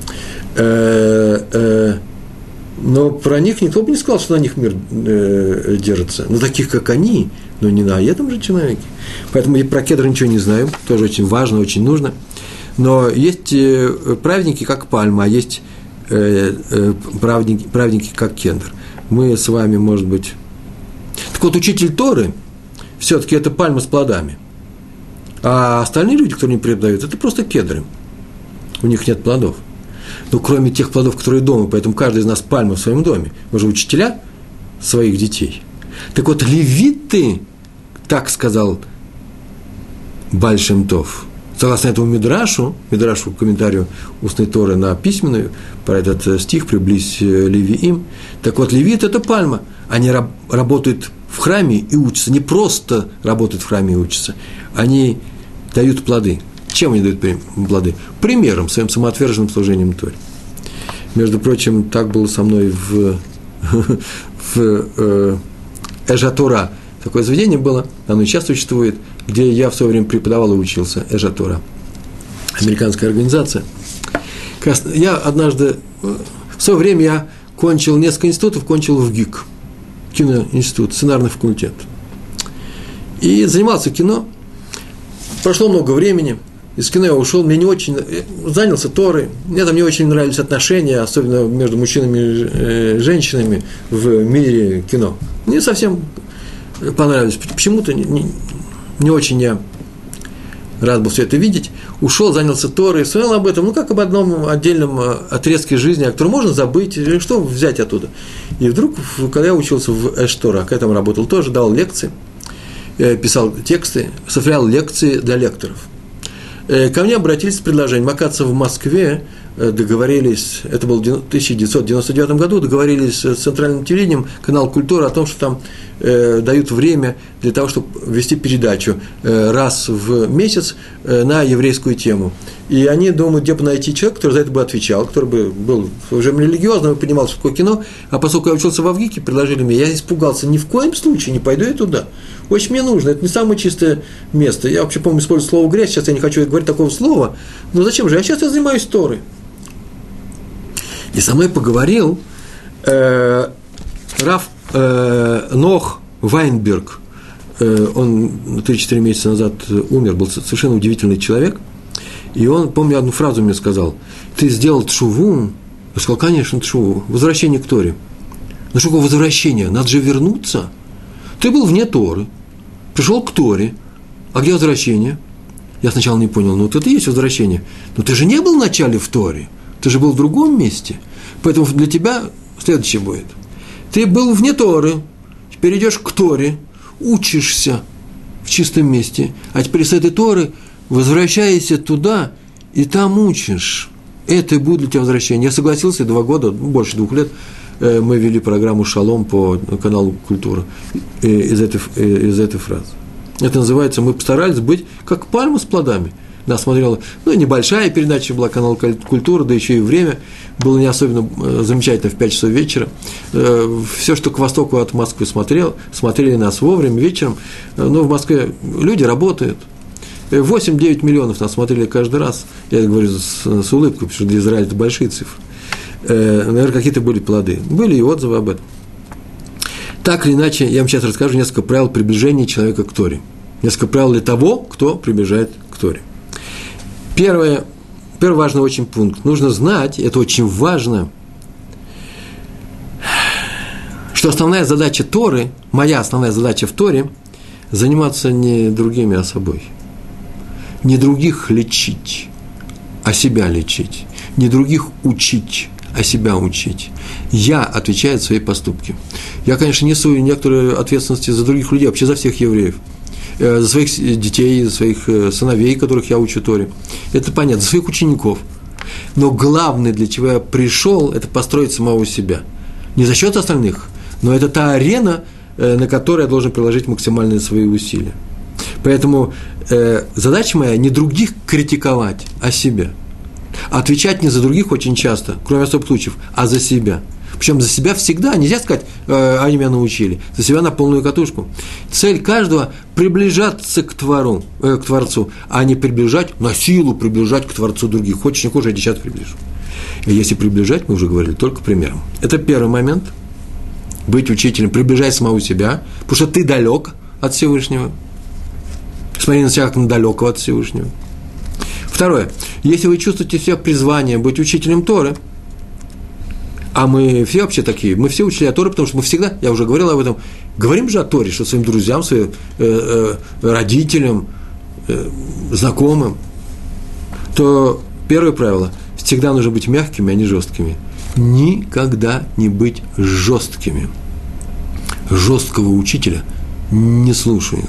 Но про них никто бы не сказал, что на них мир держится. На таких, как они, но не на этом же человеке. Поэтому я про кедр ничего не знаю, тоже очень важно, очень нужно. Но есть праведники, как пальма, а есть праведники, как кедр. Мы с вами, может быть... Так вот, учитель Торы, все-таки это пальма с плодами. А остальные люди, которые не преподают, это просто кедры. У них нет плодов. Ну, кроме тех плодов, которые дома, поэтому каждый из нас пальма в своем доме. Мы же учителя своих детей. Так вот, левиты, так сказал Бааль Шем Тов, согласно этому Мидрашу, комментарию устной Торы на письменную, про этот стих «Приблизь Левиим». Так вот, левит – это пальма. Они работают в храме и учатся. Не просто работают в храме и учатся. Они дают плоды. Чем они дают плоды? Примером, своим самоотверженным служением Торе. Между прочим, так было со мной в Эжатура. Такое заведение было, оно и сейчас существует, где я в свое время преподавал и учился, Эжатура. Американская организация. Я однажды, в свое время я кончил несколько институтов, кончил в ГИК, киноинститут, сценарный факультет. И занимался кино. Прошло много времени, из кино я ушел, мне не очень, занялся Торой, мне там не очень нравились отношения, особенно между мужчинами и женщинами в мире кино. Мне совсем понравилось, почему-то не очень я рад был все это видеть. Ушел, занялся Торой, вспомнил об этом, как об одном отдельном отрезке жизни, о котором можно забыть, что взять оттуда. И вдруг, когда я учился в Эштора, когда я там работал тоже, давал лекции, писал тексты, составлял лекции для лекторов. Ко мне обратились с предложением, оказывается, в Москве договорились, это было в 1999 году, договорились с центральным телевидением, канал «Культура» о том, что там дают время для того, чтобы вести передачу раз в месяц на еврейскую тему. И они думают, где бы найти человека, который за это бы отвечал, который бы был уже религиозным и понимал, что такое кино. А поскольку я учился в ВГИКе, предложили мне, я испугался, ни в коем случае не пойду я туда. Очень мне нужно, это не самое чистое место. Я вообще, по-моему, использую слово «грязь», сейчас я не хочу говорить такого слова, но зачем же? Сейчас я занимаюсь Торой. И со мной поговорил Рав Нох Вайнберг. Он 3-4 месяца назад умер, был совершенно удивительный человек. И он, помню, одну фразу мне сказал: ты сделал тшуву? Я сказал, конечно, тшуву, возвращение к Торе. Ну что такое возвращение? Надо же вернуться. Ты был вне Торы, пришел к Торе, а где возвращение? Я сначала не понял, ну вот это и есть возвращение. Но ты же не был вначале в Торе, ты же был в другом месте. Поэтому для тебя следующее будет. Ты был вне Торы, теперь идешь к Торе, учишься в чистом месте, а теперь с этой Торы возвращаешься туда и там учишь. Это и будет для тебя возвращение. Я согласился, 2 года, больше 2 лет, мы вели программу «Шалом» по каналу «Культура» из этой фразы. Это называется, мы постарались быть как пальма с плодами. Нас смотрела, небольшая передача была, канал «Культура», да еще и время было не особенно замечательно в 5 часов вечера. Все, что к востоку от Москвы смотрели нас вовремя, вечером. Но в Москве люди работают. 8-9 миллионов нас смотрели каждый раз. Я это говорю с улыбкой, потому что для Израиля это большие цифры. Наверное, какие-то были плоды. Были и отзывы об этом. Так или иначе, я вам сейчас расскажу несколько правил приближения человека к Торе. Несколько правил для того, кто приближает к Торе. Первый важный очень пункт. Нужно знать, это очень важно, что основная задача Торы, моя основная задача в Торе, заниматься не другими, а собой. Не других лечить, а себя лечить. Не других учить, а себя учить. Я отвечаю за свои поступки. Я, конечно, несу некоторые ответственности за других людей, вообще за всех евреев. За своих детей, за своих сыновей, которых я учу Торе. Это понятно, за своих учеников. Но главное, для чего я пришел, это построить самого себя. Не за счет остальных, но это та арена, на которой я должен приложить максимальные свои усилия. Поэтому задача моя не других критиковать, а себя. Отвечать не за других очень часто, кроме особых случаев, а за себя. Причем за себя всегда, нельзя сказать, они меня научили, за себя на полную катушку. Цель каждого – приближаться к Творцу, а не приближать, на силу приближать к Творцу других. Хочешь, не хочешь, я тебя сейчас приближу. И если приближать, мы уже говорили, только примером. Это первый момент – быть учителем, приближать самого себя, потому что ты далек от Всевышнего. Смотри на себя как на далекого от Всевышнего. Второе. Если вы чувствуете себя призванием быть учителем Торы, а мы все вообще такие, мы все учителя Торы, потому что мы всегда, я уже говорил об этом, говорим же о Торе, что своим друзьям, своим родителям, знакомым, то первое правило – всегда нужно быть мягкими, а не жесткими. Никогда не быть жесткими. Жесткого учителя не слушают.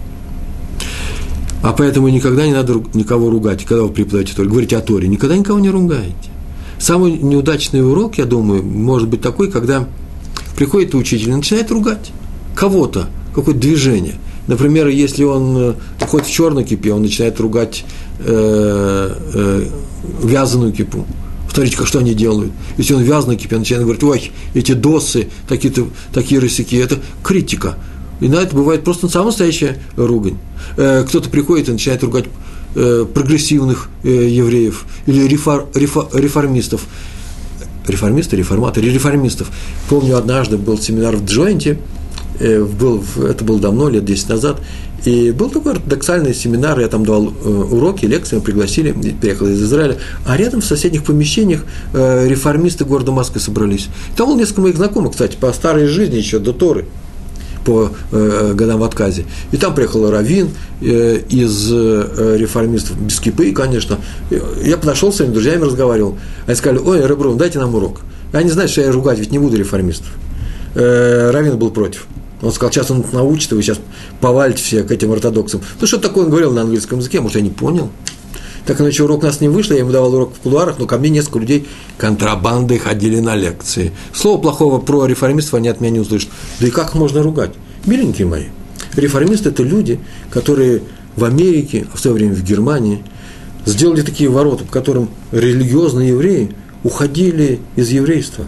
А поэтому никогда не надо никого ругать, когда вы преподаете Тору. Говорите о Торе, никогда никого не ругайте. Самый неудачный урок, я думаю, может быть такой, когда приходит учитель и начинает ругать кого-то, какое-то движение. Например, если он ходит в черной кипе, он начинает ругать вязаную кипу. Смотрите, что они делают. Если он вязаный кипит, начинает говорить: ой, эти досы, такие рысаки, это критика. И на это бывает просто самая настоящая ругань. Кто-то приходит и начинает ругать прогрессивных евреев или реформистов. Реформистов. Помню, однажды был семинар в Джойнте, это было давно, лет 10 назад, и был такой ортодоксальный семинар, я там давал уроки, лекции, мы пригласили, приехал из Израиля, а рядом в соседних помещениях реформисты города Москвы собрались. Там было несколько моих знакомых, кстати, по старой жизни еще, до Торы, по годам в отказе. И там приехал раввин из реформистов, без кипы, конечно. Я подошел с своими друзьями, разговаривал. Они сказали: ой, Реброн, дайте нам урок. Они знают, что я ругать ведь не буду реформистов. Раввин был против. Он сказал: сейчас он научит, и вы сейчас повалите все к этим ортодоксам. Ну, что такое он говорил на английском языке, может, я не понял. Так иначе урок у нас не вышло, я ему давал урок в кулуарах, но ко мне несколько людей контрабандой ходили на лекции. Слова плохого про реформистов они от меня не услышат. Да и как их можно ругать? Миленькие мои, реформисты – это люди, которые в Америке, а в свое время в Германии, сделали такие ворота, по которым религиозные евреи уходили из еврейства.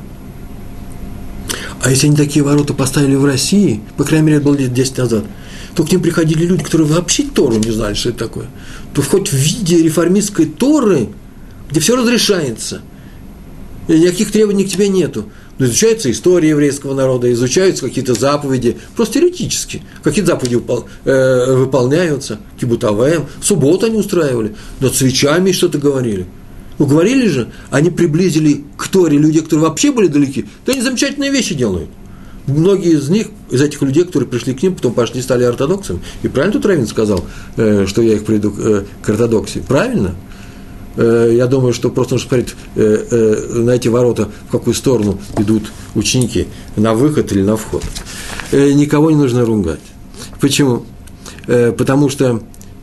А если они такие ворота поставили в России, по крайней мере, это было лет 10 назад, то к ним приходили люди, которые вообще Тору не знали, что это такое, то хоть в виде реформистской Торы, где все разрешается, и никаких требований к тебе нету, но изучается история еврейского народа, изучаются какие-то заповеди, просто теоретически, какие-то заповеди выполняются, кибутавэм, субботу они устраивали, над свечами что-то говорили. Ну, говорили же, они приблизили к Торе людей, которые вообще были далеки, да они замечательные вещи делают. Многие из них, из этих людей, которые пришли к ним, потом пошли, стали ортодоксами. И правильно тут раввин сказал, что я их приведу к ортодоксии? Правильно? Я думаю, что просто нужно смотреть на эти ворота, в какую сторону идут ученики, на выход или на вход. Никого не нужно ругать. Почему? Потому что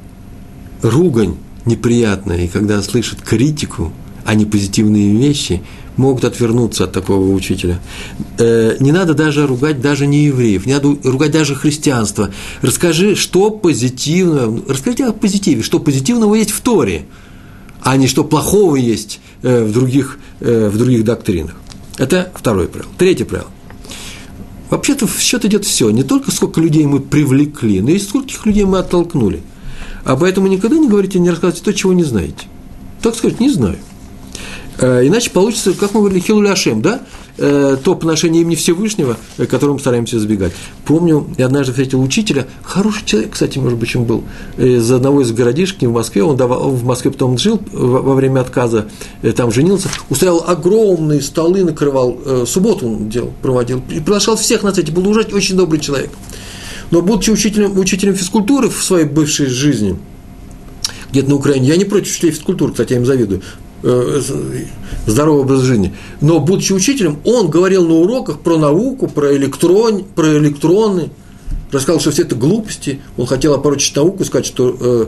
ругань неприятная, и когда слышат критику, а не позитивные вещи, могут отвернуться от такого учителя. Не надо даже ругать даже не евреев, не надо ругать даже христианство. Расскажи, что позитивного, расскажите о позитиве, что позитивного есть в Торе, а не что плохого есть в других доктринах. Это второе правило. Третье правило. Вообще-то в счет идет все, не только сколько людей мы привлекли, но и скольких людей мы оттолкнули. А поэтому никогда не говорите, не рассказывайте то, чего не знаете. Так сказать, не знаю. Иначе получится, как мы говорили, хилуль ашем, да? То поношение имени Всевышнего, которым мы стараемся избегать. Помню, я однажды встретил учителя, хороший человек, кстати, может быть, он был, из одного из городишек в Москве, он в Москве потом жил во время отказа, там женился, устраивал огромные столы, накрывал, субботу он проводил, и приглашал всех на свете, был очень добрый человек. Но, будучи учителем физкультуры в своей бывшей жизни, где-то на Украине, я не против учителей физкультуры, кстати, я им завидую, здоровый образ жизни. Но, будучи учителем, он говорил на уроках про науку, про электроны, рассказал, что все это глупости. Он хотел опорочить науку и сказать, что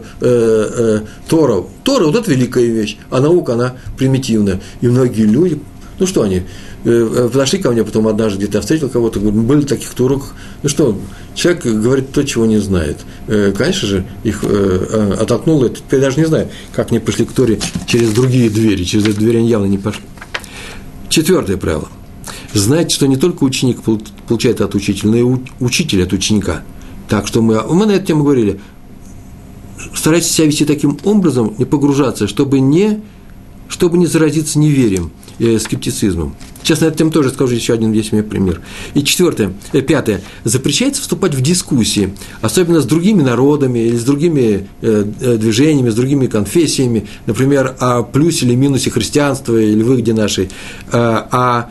Тора, вот это великая вещь, а наука, она примитивная. И многие люди, ну что они, подошли ко мне потом однажды, где-то я встретил кого-то, говорю, мы были в таких-то уроках. Ну что, человек говорит то, чего не знает. Конечно же, их оттолкнуло это. Я даже не знаю, как они пришли к Торе через другие двери. Через эту дверь они явно не пошли. Четвертое правило. Знайте, что не только ученик получает от учителя, но и учитель от ученика. Так что мы на эту тему говорили. Старайтесь себя вести таким образом, не погружаться, чтобы не заразиться неверием, скептицизмом. Сейчас на эту тему тоже скажу еще один, есть у меня пример. И пятое. Запрещается вступать в дискуссии, особенно с другими народами или с другими движениями, с другими конфессиями, например, о плюсе или минусе христианства или выгоде нашей. В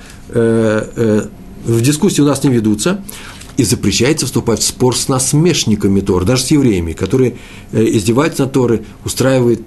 дискуссии у нас не ведутся. И запрещается вступать в спор с насмешниками Торы, даже с евреями, которые издеваются над Торой, устраивают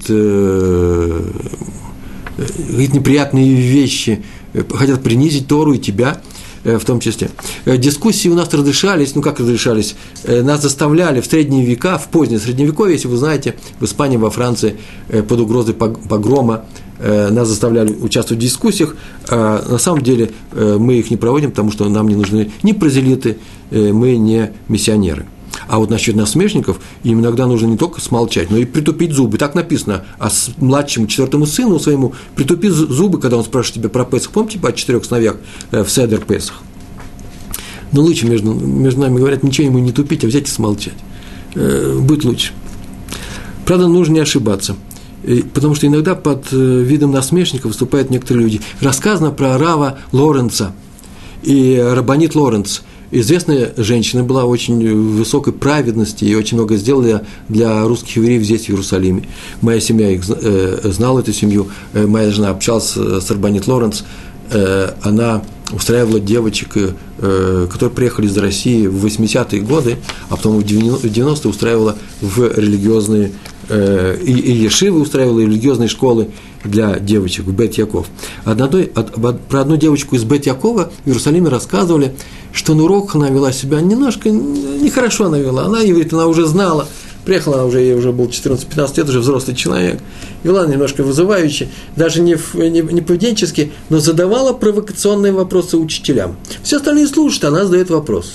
какие-то неприятные вещи, хотят принизить Тору и тебя в том числе. Дискуссии у нас разрешались, нас заставляли в средние века, в позднее Средневековье, если вы знаете, в Испании, во Франции под угрозой погрома нас заставляли участвовать в дискуссиях, на самом деле мы их не проводим, потому что нам не нужны ни прозелиты, мы не миссионеры. А вот насчет насмешников, им иногда нужно не только смолчать, но и притупить зубы. Так написано, а младшему 4 сыну своему притупи зубы, когда он спрашивает тебя про Песах. Помните по 4 сыновьях в Седер Песах? Но лучше, между нами говорят, ничего ему не тупить, а взять и смолчать. Будет лучше. Правда, нужно не ошибаться, потому что иногда под видом насмешника выступают некоторые люди. Рассказано про Рава Лоренца и Рабанит Лоренц. Известная женщина была очень высокой праведности и очень много сделала для русских евреев здесь, в Иерусалиме. Моя семья знала эту семью, моя жена общалась с Рабанит Лоренц, она устраивала девочек, которые приехали из России в 80-е годы, а потом в 90-е устраивала в религиозные, и ешивы устраивала, и религиозные школы для девочек в Бет-Яков. Про одну девочку из Бет-Якова в Иерусалиме рассказывали, что на уроках она вела себя немножко, нехорошо она вела. Она, говорит, она уже знала, приехала, она ей уже был 14-15 лет, уже взрослый человек, вела немножко вызывающе, даже не поведенчески, но задавала провокационные вопросы учителям. Все остальные слушают, она задает вопрос.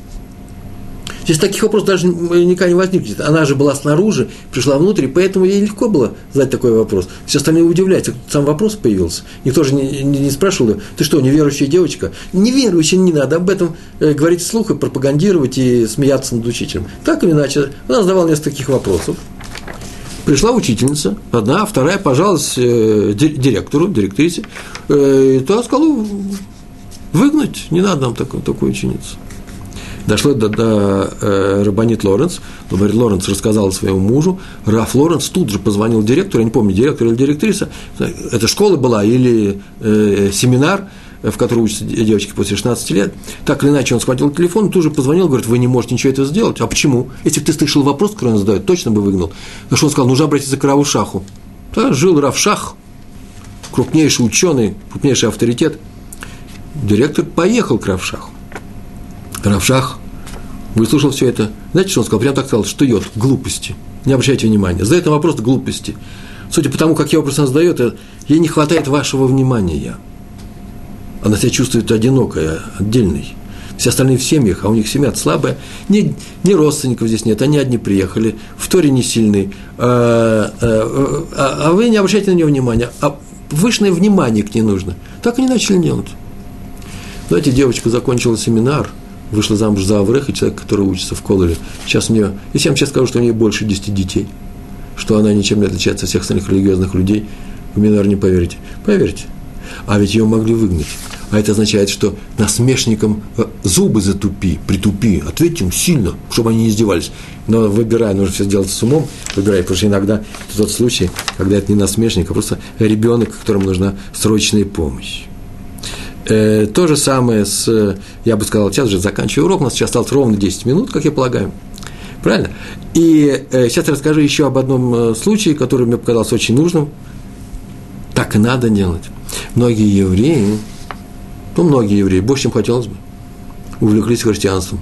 Здесь таких вопросов даже никогда не возникнет. Она же была снаружи, пришла внутрь, и поэтому ей легко было задать такой вопрос. Все остальные удивляются, сам вопрос появился. Никто же не спрашивал ее, ты что, неверующая девочка? Неверующая не надо об этом говорить вслух и пропагандировать, и смеяться над учителем. Так или иначе, она задавала несколько таких вопросов. Пришла учительница, одна, вторая пожаловалась директрисе, и та сказала, выгнать, не надо нам такую ученицу. Дошло до Рабанит Лоренц. Рабанит Лоренц рассказала своему мужу. Раф Лоренц тут же позвонил директору, я не помню, директор или директриса. Это школа была или семинар, в который учатся девочки после 16 лет. Так или иначе, он схватил телефон, тут же позвонил, говорит, вы не можете ничего этого сделать. А почему? Если бы ты слышал вопрос, который он задает, точно бы выгнал. Потому что он сказал, нужно обратиться к Раву Шаху. Да, жил Рав Шах, крупнейший ученый, крупнейший авторитет. Директор поехал к Рав Шаху. Рав Шах выслушал все это. Знаете, что он сказал? Прямо так сказал, что глупости. Не обращайте внимания. Задает на вопрос глупости. Судя по тому, как я вопрос задает, ей не хватает вашего внимания. Она себя чувствует одинокой, отдельной. Все остальные в семьях, а у них семья слабая. Ни родственников здесь нет, они одни приехали, в Торе не сильны. А вы не обращайте на нее внимания. А повышенное внимание к ней нужно. Так они начали делать. Знаете, девочка закончила семинар, вышла замуж за Авреха, человек, который учится в Коллере. Сейчас у нее, если я вам сейчас скажу, что у нее больше 10 детей, что она ничем не отличается от всех остальных религиозных людей, вы мне, наверное, не поверите. Поверьте. А ведь ее могли выгнать. А это означает, что насмешникам зубы притупи, ответьте им сильно, чтобы они не издевались. Но выбирай, нужно все сделать с умом, выбирай, потому что иногда это тот случай, когда это не насмешник, а просто ребенок, которому нужна срочная помощь. То же самое я бы сказал, сейчас уже заканчиваю урок, у нас сейчас осталось ровно 10 минут, как я полагаю. Правильно? И сейчас я расскажу еще об одном случае, который мне показался очень нужным. Так и надо делать. Многие евреи, больше, чем хотелось бы, увлеклись христианством.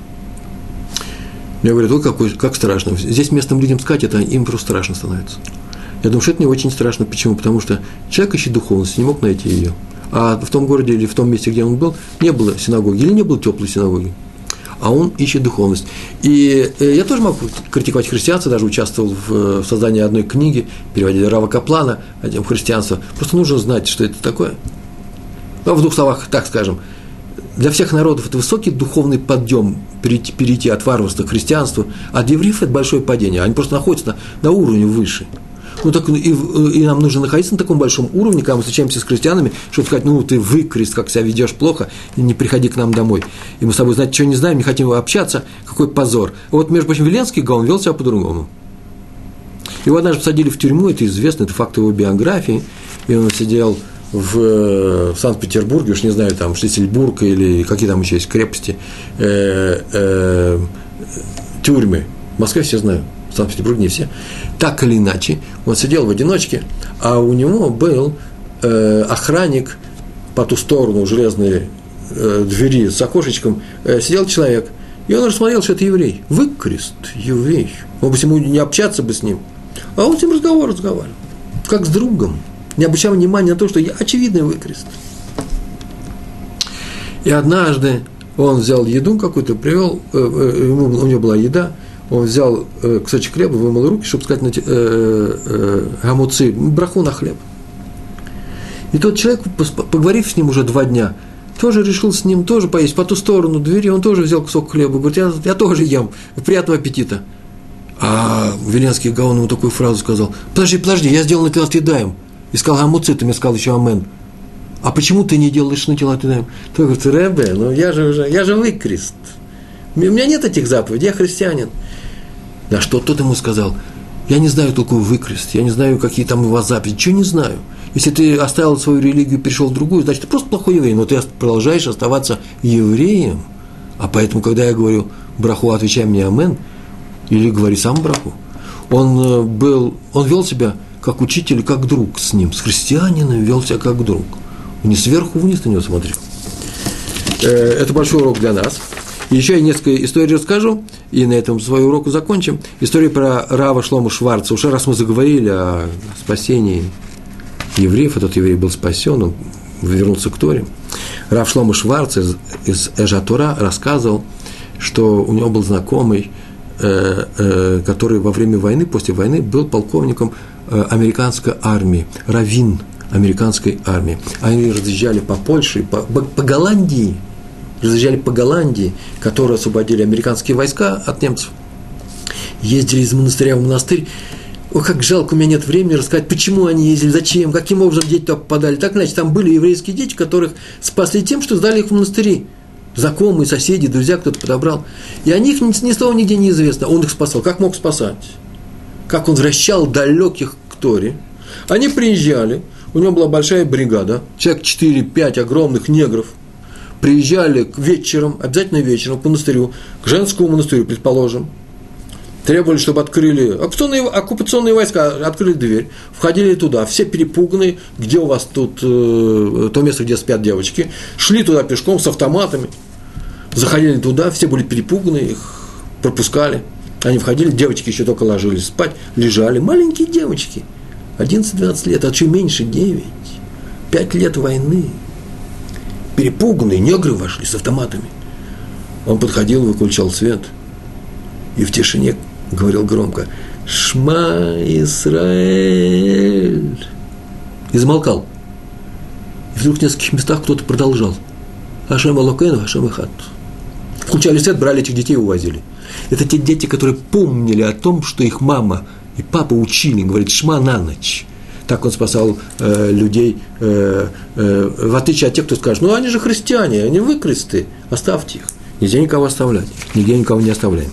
Мне говорят, как страшно. Здесь местным людям сказать, это им просто страшно становится. Я думаю, что это не очень страшно. Почему? Потому что человек ищет духовность, не мог найти ее. А в том городе или в том месте, где он был, не было синагоги, или не было теплой синагоги. А он ищет духовность. И я тоже могу критиковать христианство, даже участвовал в создании одной книги, переводили Рава Каплана о тем христианстве. Просто нужно знать, что это такое. Ну, в двух словах, так скажем, для всех народов это высокий духовный подъем, перейти от варварства к христианству, а для евреев это большое падение. Они просто находятся на уровне выше. Ну, так и нам нужно находиться на таком большом уровне, когда мы встречаемся с христианами, чтобы сказать, ты выкрест, как себя ведешь плохо, не приходи к нам домой. И мы с тобой, знаете, чего не знаем, не хотим общаться, какой позор. Вот, между прочим, Виленский Гаон вел себя по-другому. Его однажды посадили в тюрьму, это известно, это факт его биографии, и он сидел в Санкт-Петербурге, уж не знаю, там, Шлиссельбург или какие там еще есть крепости, тюрьмы. В Москве все знают. В Санкт-Петербурге не все. Так или иначе, он сидел в одиночке, а у него был охранник по ту сторону железной двери с окошечком, сидел человек, и он рассмотрел, что это еврей. Выкрест, еврей. Он бы ему не общаться бы с ним, а он с ним разговаривал, как с другом, не обращал внимания на то, что я очевидный выкрест. И однажды Он взял еду какую-то, привел, у него была еда, он взял кусочек хлеба, вымыл руки, чтобы сказать гамуцы, браху на хлеб. И тот человек, поговорив с ним уже 2 дня, тоже решил с ним тоже поесть. По ту сторону двери он тоже взял кусок хлеба. Говорит, я тоже ем. Приятного аппетита. А Веленский Гаон ему такую фразу сказал. Подожди, я сделал нетилат едаем. И сказал, гамуцы, ты мне сказал еще амен. А почему ты не делаешь нетилат едаем? Той говорит, Ребе, я же выкрест. У меня нет этих заповедей, я христианин. На что тот ему сказал, я не знаю такой выкрест, я не знаю, какие там у вас заповеди, ничего не знаю. Если ты оставил свою религию и перешел в другую, значит, ты просто плохой еврей, но ты продолжаешь оставаться евреем. А поэтому, когда я говорю браху, отвечай мне амен, или говори сам браху, он вел себя как учитель, как друг с ним, с христианином вел себя как друг. Не сверху вниз на него смотрел. Это большой урок для нас. Еще я несколько историй расскажу, и на этом свой урок закончим. История про Рава Шломо Шварца. Уже раз мы заговорили о спасении евреев, этот еврей был спасен, он вернулся к Торе. Рав Шломо Шварц из Эжатура рассказывал, что у него был знакомый, который во время войны, после войны, был полковником американской армии, раввин американской армии. Они разъезжали по Польше, по Голландии, которые освободили американские войска от немцев. Ездили из монастыря в монастырь. О, как жалко, у меня нет времени рассказать, почему они ездили, зачем, каким образом дети туда попадали. Так, значит, там были еврейские дети, которых спасли тем, что сдали их в монастыри. Знакомые, соседи, друзья, кто-то подобрал. И о них ни слова нигде не известно. Он их спасал. Как мог спасать? Как он возвращал далеких к Торе? Они приезжали, у него была большая бригада, человек 4-5 огромных негров, приезжали вечером, обязательно вечером к монастырю, к женскому монастырю, предположим, требовали, чтобы открыли, оккупационные войска открыли дверь, входили туда, все перепуганные, где у вас тут то место, где спят девочки, шли туда пешком с автоматами, заходили туда, все были перепуганы, их пропускали, они входили, девочки еще только ложились спать, лежали, маленькие девочки, 11-12 лет, а чуть меньше 9, 5 лет войны, перепуганные, негры вошли с автоматами. Он подходил, выключал свет и в тишине говорил громко «Шма Исраэль!» и замолкал. И вдруг в нескольких местах кто-то продолжал «Ашем Элокейну, Ашем Эхад». Включали свет, брали этих детей и увозили. Это те дети, которые помнили о том, что их мама и папа учили, говорит «Шма» на ночь. Так он спасал людей, в отличие от тех, кто скажет, ну они же христиане, они выкресты, оставьте их. Нигде никого оставлять, нигде никого не оставляем.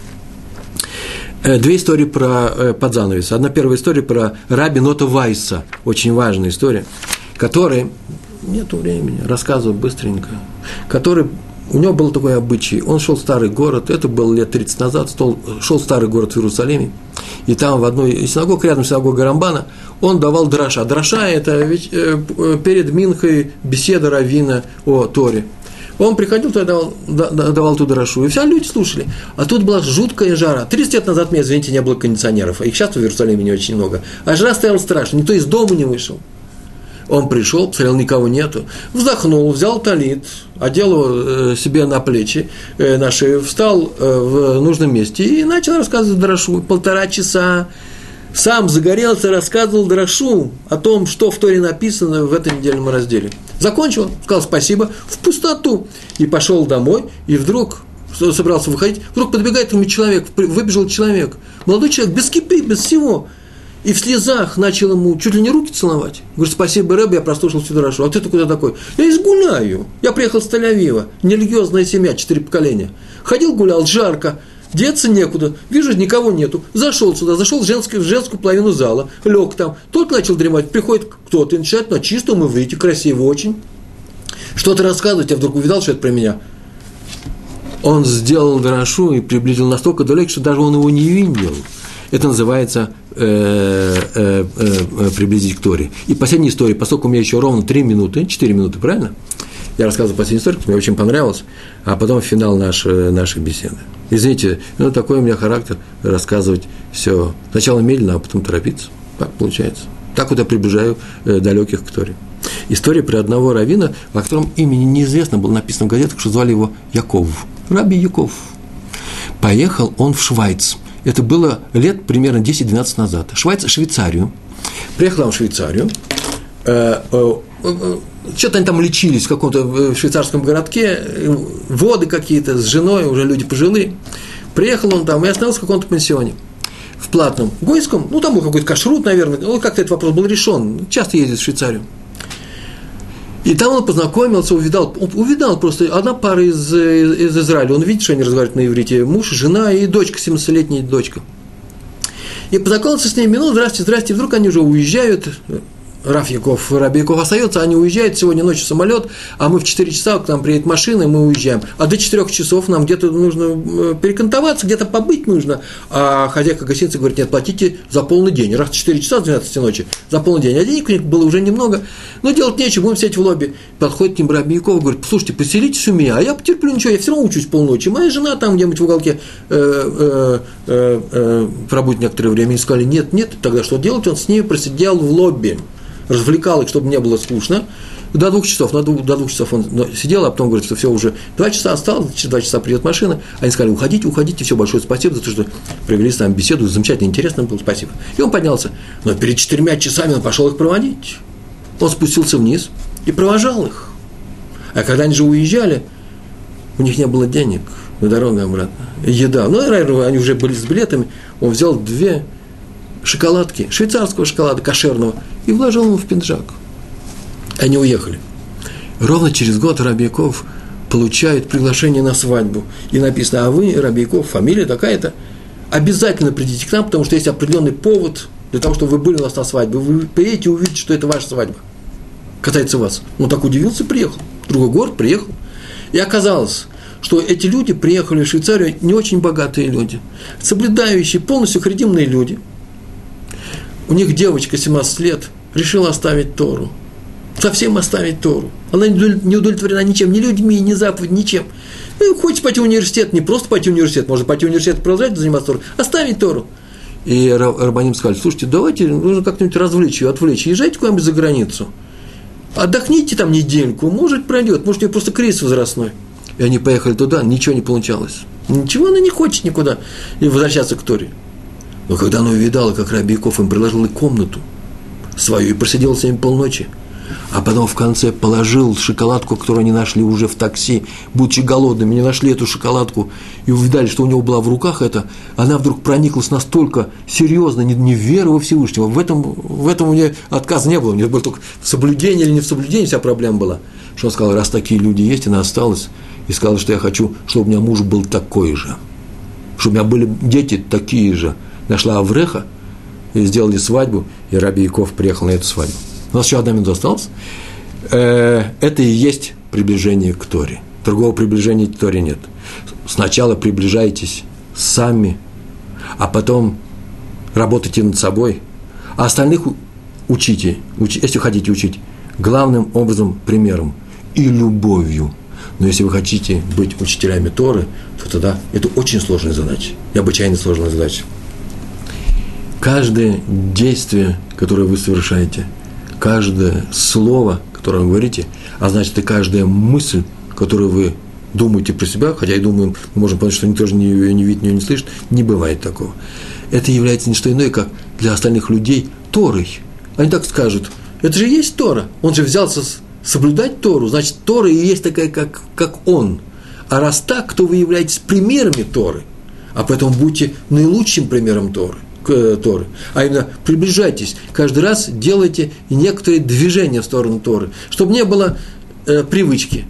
2 истории под занавес. Одна первая история про Раби Нота Вайса, очень важная история, который, нету времени, рассказываю быстренько, который, у него был такой обычай, он шел в старый город, это было лет 30 назад, шел в старый город в Иерусалиме, и там в одной из синагог, рядом с синагогой Рамбана, он давал дроша. Дроша – это ведь перед Минхой беседа раввина о Торе. Он приходил туда, давал ту дрошу, и все люди слушали. А тут была жуткая жара. 30 лет назад, извините, не было кондиционеров, их сейчас в Иерусалиме не очень много. А жара стояла страшно, никто из дома не вышел. Он пришел, посмотрел, никого нету, вздохнул, взял талит, одел его себе на плечи, на шею, встал в нужном месте и начал рассказывать дрошу. 1,5 часа сам загорелся, рассказывал дрошу о том, что в Торе написано в этом недельном разделе. Закончил, сказал спасибо, в пустоту, и пошел домой, и вдруг собрался выходить, вдруг подбегает к нему человек, выбежал человек, молодой человек, без кипи, без всего, и в слезах начал ему чуть ли не руки целовать. Говорит, спасибо, Рэбе, я прослушал всю дрошу. А ты куда такой? Я изгуляю. Я приехал с Тель-Авива. Нерелигиозная семья, 4 поколения. Ходил, гулял, жарко, деться некуда. Вижу, никого нету. Зашел сюда, зашел в женскую половину зала, лег там. Тот начал дремать, приходит кто-то и начинает на чистом и выйти, красиво очень. Что-то рассказывать, я вдруг увидал, что это про меня. Он сделал дрошу и приблизил настолько далеко, что даже он его не видел. Это называется приблизить к Торе. И последняя история, поскольку у меня еще ровно 4 минуты, правильно? Я рассказывал последнюю историю, мне очень понравилось, а потом финал нашей беседы. Извините, такой у меня характер рассказывать все. Сначала медленно, а потом торопиться. Так получается. Так вот я приближаю далеких к Торе. История про одного раввина, о котором имени неизвестно, было написано в газетах, что звали его Яков. Раби Яков. Поехал он в Швайц. Это было лет примерно 10-12 назад. Швейцарию. Приехал он в Швейцарию. Что-то они там лечились в каком-то швейцарском городке. Воды какие-то с женой, уже люди пожилые. Приехал он там и остановился в каком-то пансионе. В платном, гойском. Ну, там был какой-то кашрут, наверное. Ну, как-то этот вопрос был решен. Часто ездит в Швейцарию. И там он познакомился, увидал просто одна пара из Израиля. Он видит, что они разговаривают на иврите. Муж, жена и дочка, 17-летняя дочка. И познакомился с ними. Ну, здрасте. И вдруг они уже уезжают. Раби Яков остается, они уезжают, сегодня ночью самолет, а мы в 4 часа, к нам приедет машина, и мы уезжаем. А до 4 часов нам где-то нужно перекантоваться, где-то побыть нужно. А хозяйка гостиницы говорит, нет, платите за полный день. Раз в 4 часа с 12 ночи, за полный день. А денег у них было уже немного, но делать нечего, будем сидеть в лобби. Подходит к ним Раби Яков, говорит, слушайте, поселитесь у меня, а я потерплю ничего, я все равно учусь полночи. Моя жена там где-нибудь в уголке пробудет некоторое время. И сказали, нет, тогда что делать? Он с ней просидел в лобби. Развлекал их, чтобы не было скучно, до 2 часов. До 2 часов он сидел, а потом говорит, что все уже 2 часа осталось, через 2 часа придет машина. Они сказали, уходите, все, большое спасибо за то, что провели с нами беседу, замечательно, интересно было, спасибо. И он поднялся, но перед 4 часами он пошел их проводить. Он спустился вниз и провожал их. А когда они же уезжали, у них не было денег на дорогу обратно, еда. Ну, наверное, они уже были с билетами, он взял 2 шоколадки, швейцарского шоколада, кошерного, и вложил ему в пиджак. Они уехали. Ровно через год Раби Яков получает приглашение на свадьбу. И написано, а вы, Раби Яков, фамилия такая-то, обязательно придите к нам, потому что есть определенный повод для того, чтобы вы были у нас на свадьбе. Вы приедете и увидите, что это ваша свадьба. Касается вас. Он так удивился, приехал. В другой город приехал. И оказалось, что эти люди приехали в Швейцарию, не очень богатые люди, соблюдающие, полностью харидимные люди. У них девочка 17 лет решила оставить Тору. Совсем оставить Тору. Она не удовлетворена ничем, ни людьми, ни заповедью, ничем. Ну, хочет пойти в университет, не просто пойти в университет, можно пойти в университет и продолжать заниматься Торой, оставить Тору. И рабаним сказали, слушайте, давайте, нужно как-нибудь развлечь ее, отвлечь, езжайте куда-нибудь за границу. Отдохните там недельку, может пройдет, может у нее просто кризис возрастной. И они поехали туда, ничего не получалось. Ничего она не хочет никуда и возвращаться к Торе. Но когда она увидала, как Раби Яков им предложил и комнату свою, и просидел с ними полночи, а потом в конце положил шоколадку, которую они нашли уже в такси, будучи голодными, не нашли эту шоколадку, и увидали, что у него была в руках это, она вдруг прониклась настолько серьезно, не в веру во Всевышнего, в этом у нее отказа не было, у нее было только в соблюдении или не в соблюдении вся проблема была, что он сказал, раз такие люди есть, она осталась, и сказала, что я хочу, чтобы у меня муж был такой же, чтобы у меня были дети такие же. Нашла Авреха, и сделали свадьбу, и Раби Яков приехал на эту свадьбу. У нас еще 1 минута осталась. Это и есть приближение к Торе. Другого приближения к Торе нет. Сначала приближайтесь сами, а потом работайте над собой, а остальных учите, если хотите учить, главным образом примером и любовью. Но если вы хотите быть учителями Торы, то тогда это очень сложная задача, необычайно сложная задача. Каждое действие, которое вы совершаете, каждое слово, которое вы говорите, а значит и каждая мысль, которую вы думаете про себя, хотя и думаем, мы можем понять, что никто же ее не видит, ее не слышит, не бывает такого. Это является не что иное, как для остальных людей Торой. Они так скажут, это же есть Тора, он же взялся соблюдать Тору, значит, Тора и есть такая, как он. А раз так, то вы являетесь примерами Торы, а поэтому будьте наилучшим примером Торы. А именно приближайтесь, каждый раз делайте некоторые движения в сторону Торы, чтобы не было привычки.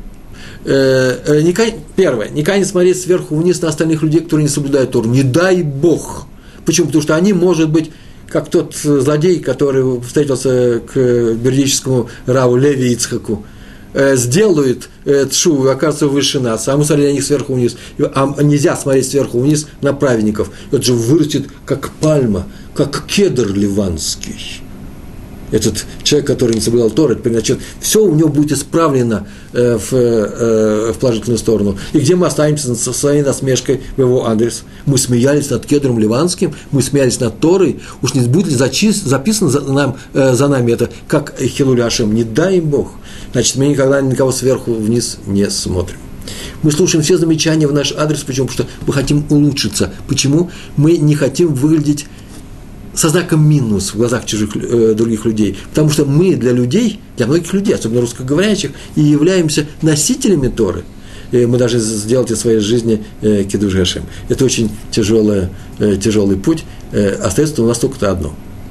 Первое, никогда не смотреть сверху вниз на остальных людей, которые не соблюдают Тору. Не дай Бог. Почему? Потому что они, может быть, как тот злодей, который встретился к бердическому раву Леви Ицхаку, сделают тшуву, окажется выше нас, а мы смотрели на них сверху вниз. А нельзя смотреть сверху вниз на праведников. Это же вырастет, как пальма, как кедр ливанский. этот человек, который не соблюдал Тору, это значит, все у него будет исправлено в положительную сторону. И где мы останемся со своей насмешкой в его адрес? Мы смеялись над Кедром Ливанским, мы смеялись над Торой, уж не будет ли записано за нами это, как Хилуль Ашем, не дай им Бог. Значит, мы никогда никого сверху вниз не смотрим. Мы слушаем все замечания в наш адрес, почему? Потому что мы хотим улучшиться. Почему? Мы не хотим выглядеть со знаком минус в глазах других людей. Потому что мы для людей, для многих людей, особенно русскоговорящих, и являемся носителями Торы. И мы даже сделать из своей жизни кидуш Гашем. Это очень тяжелый путь. Остается у нас только одно.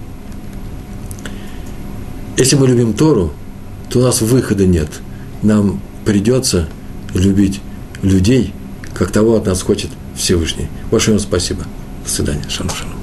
Если мы любим Тору, то у нас выхода нет. Нам придется любить людей, как того от нас хочет Всевышний. Большое вам спасибо. До свидания. Шалом, шалом.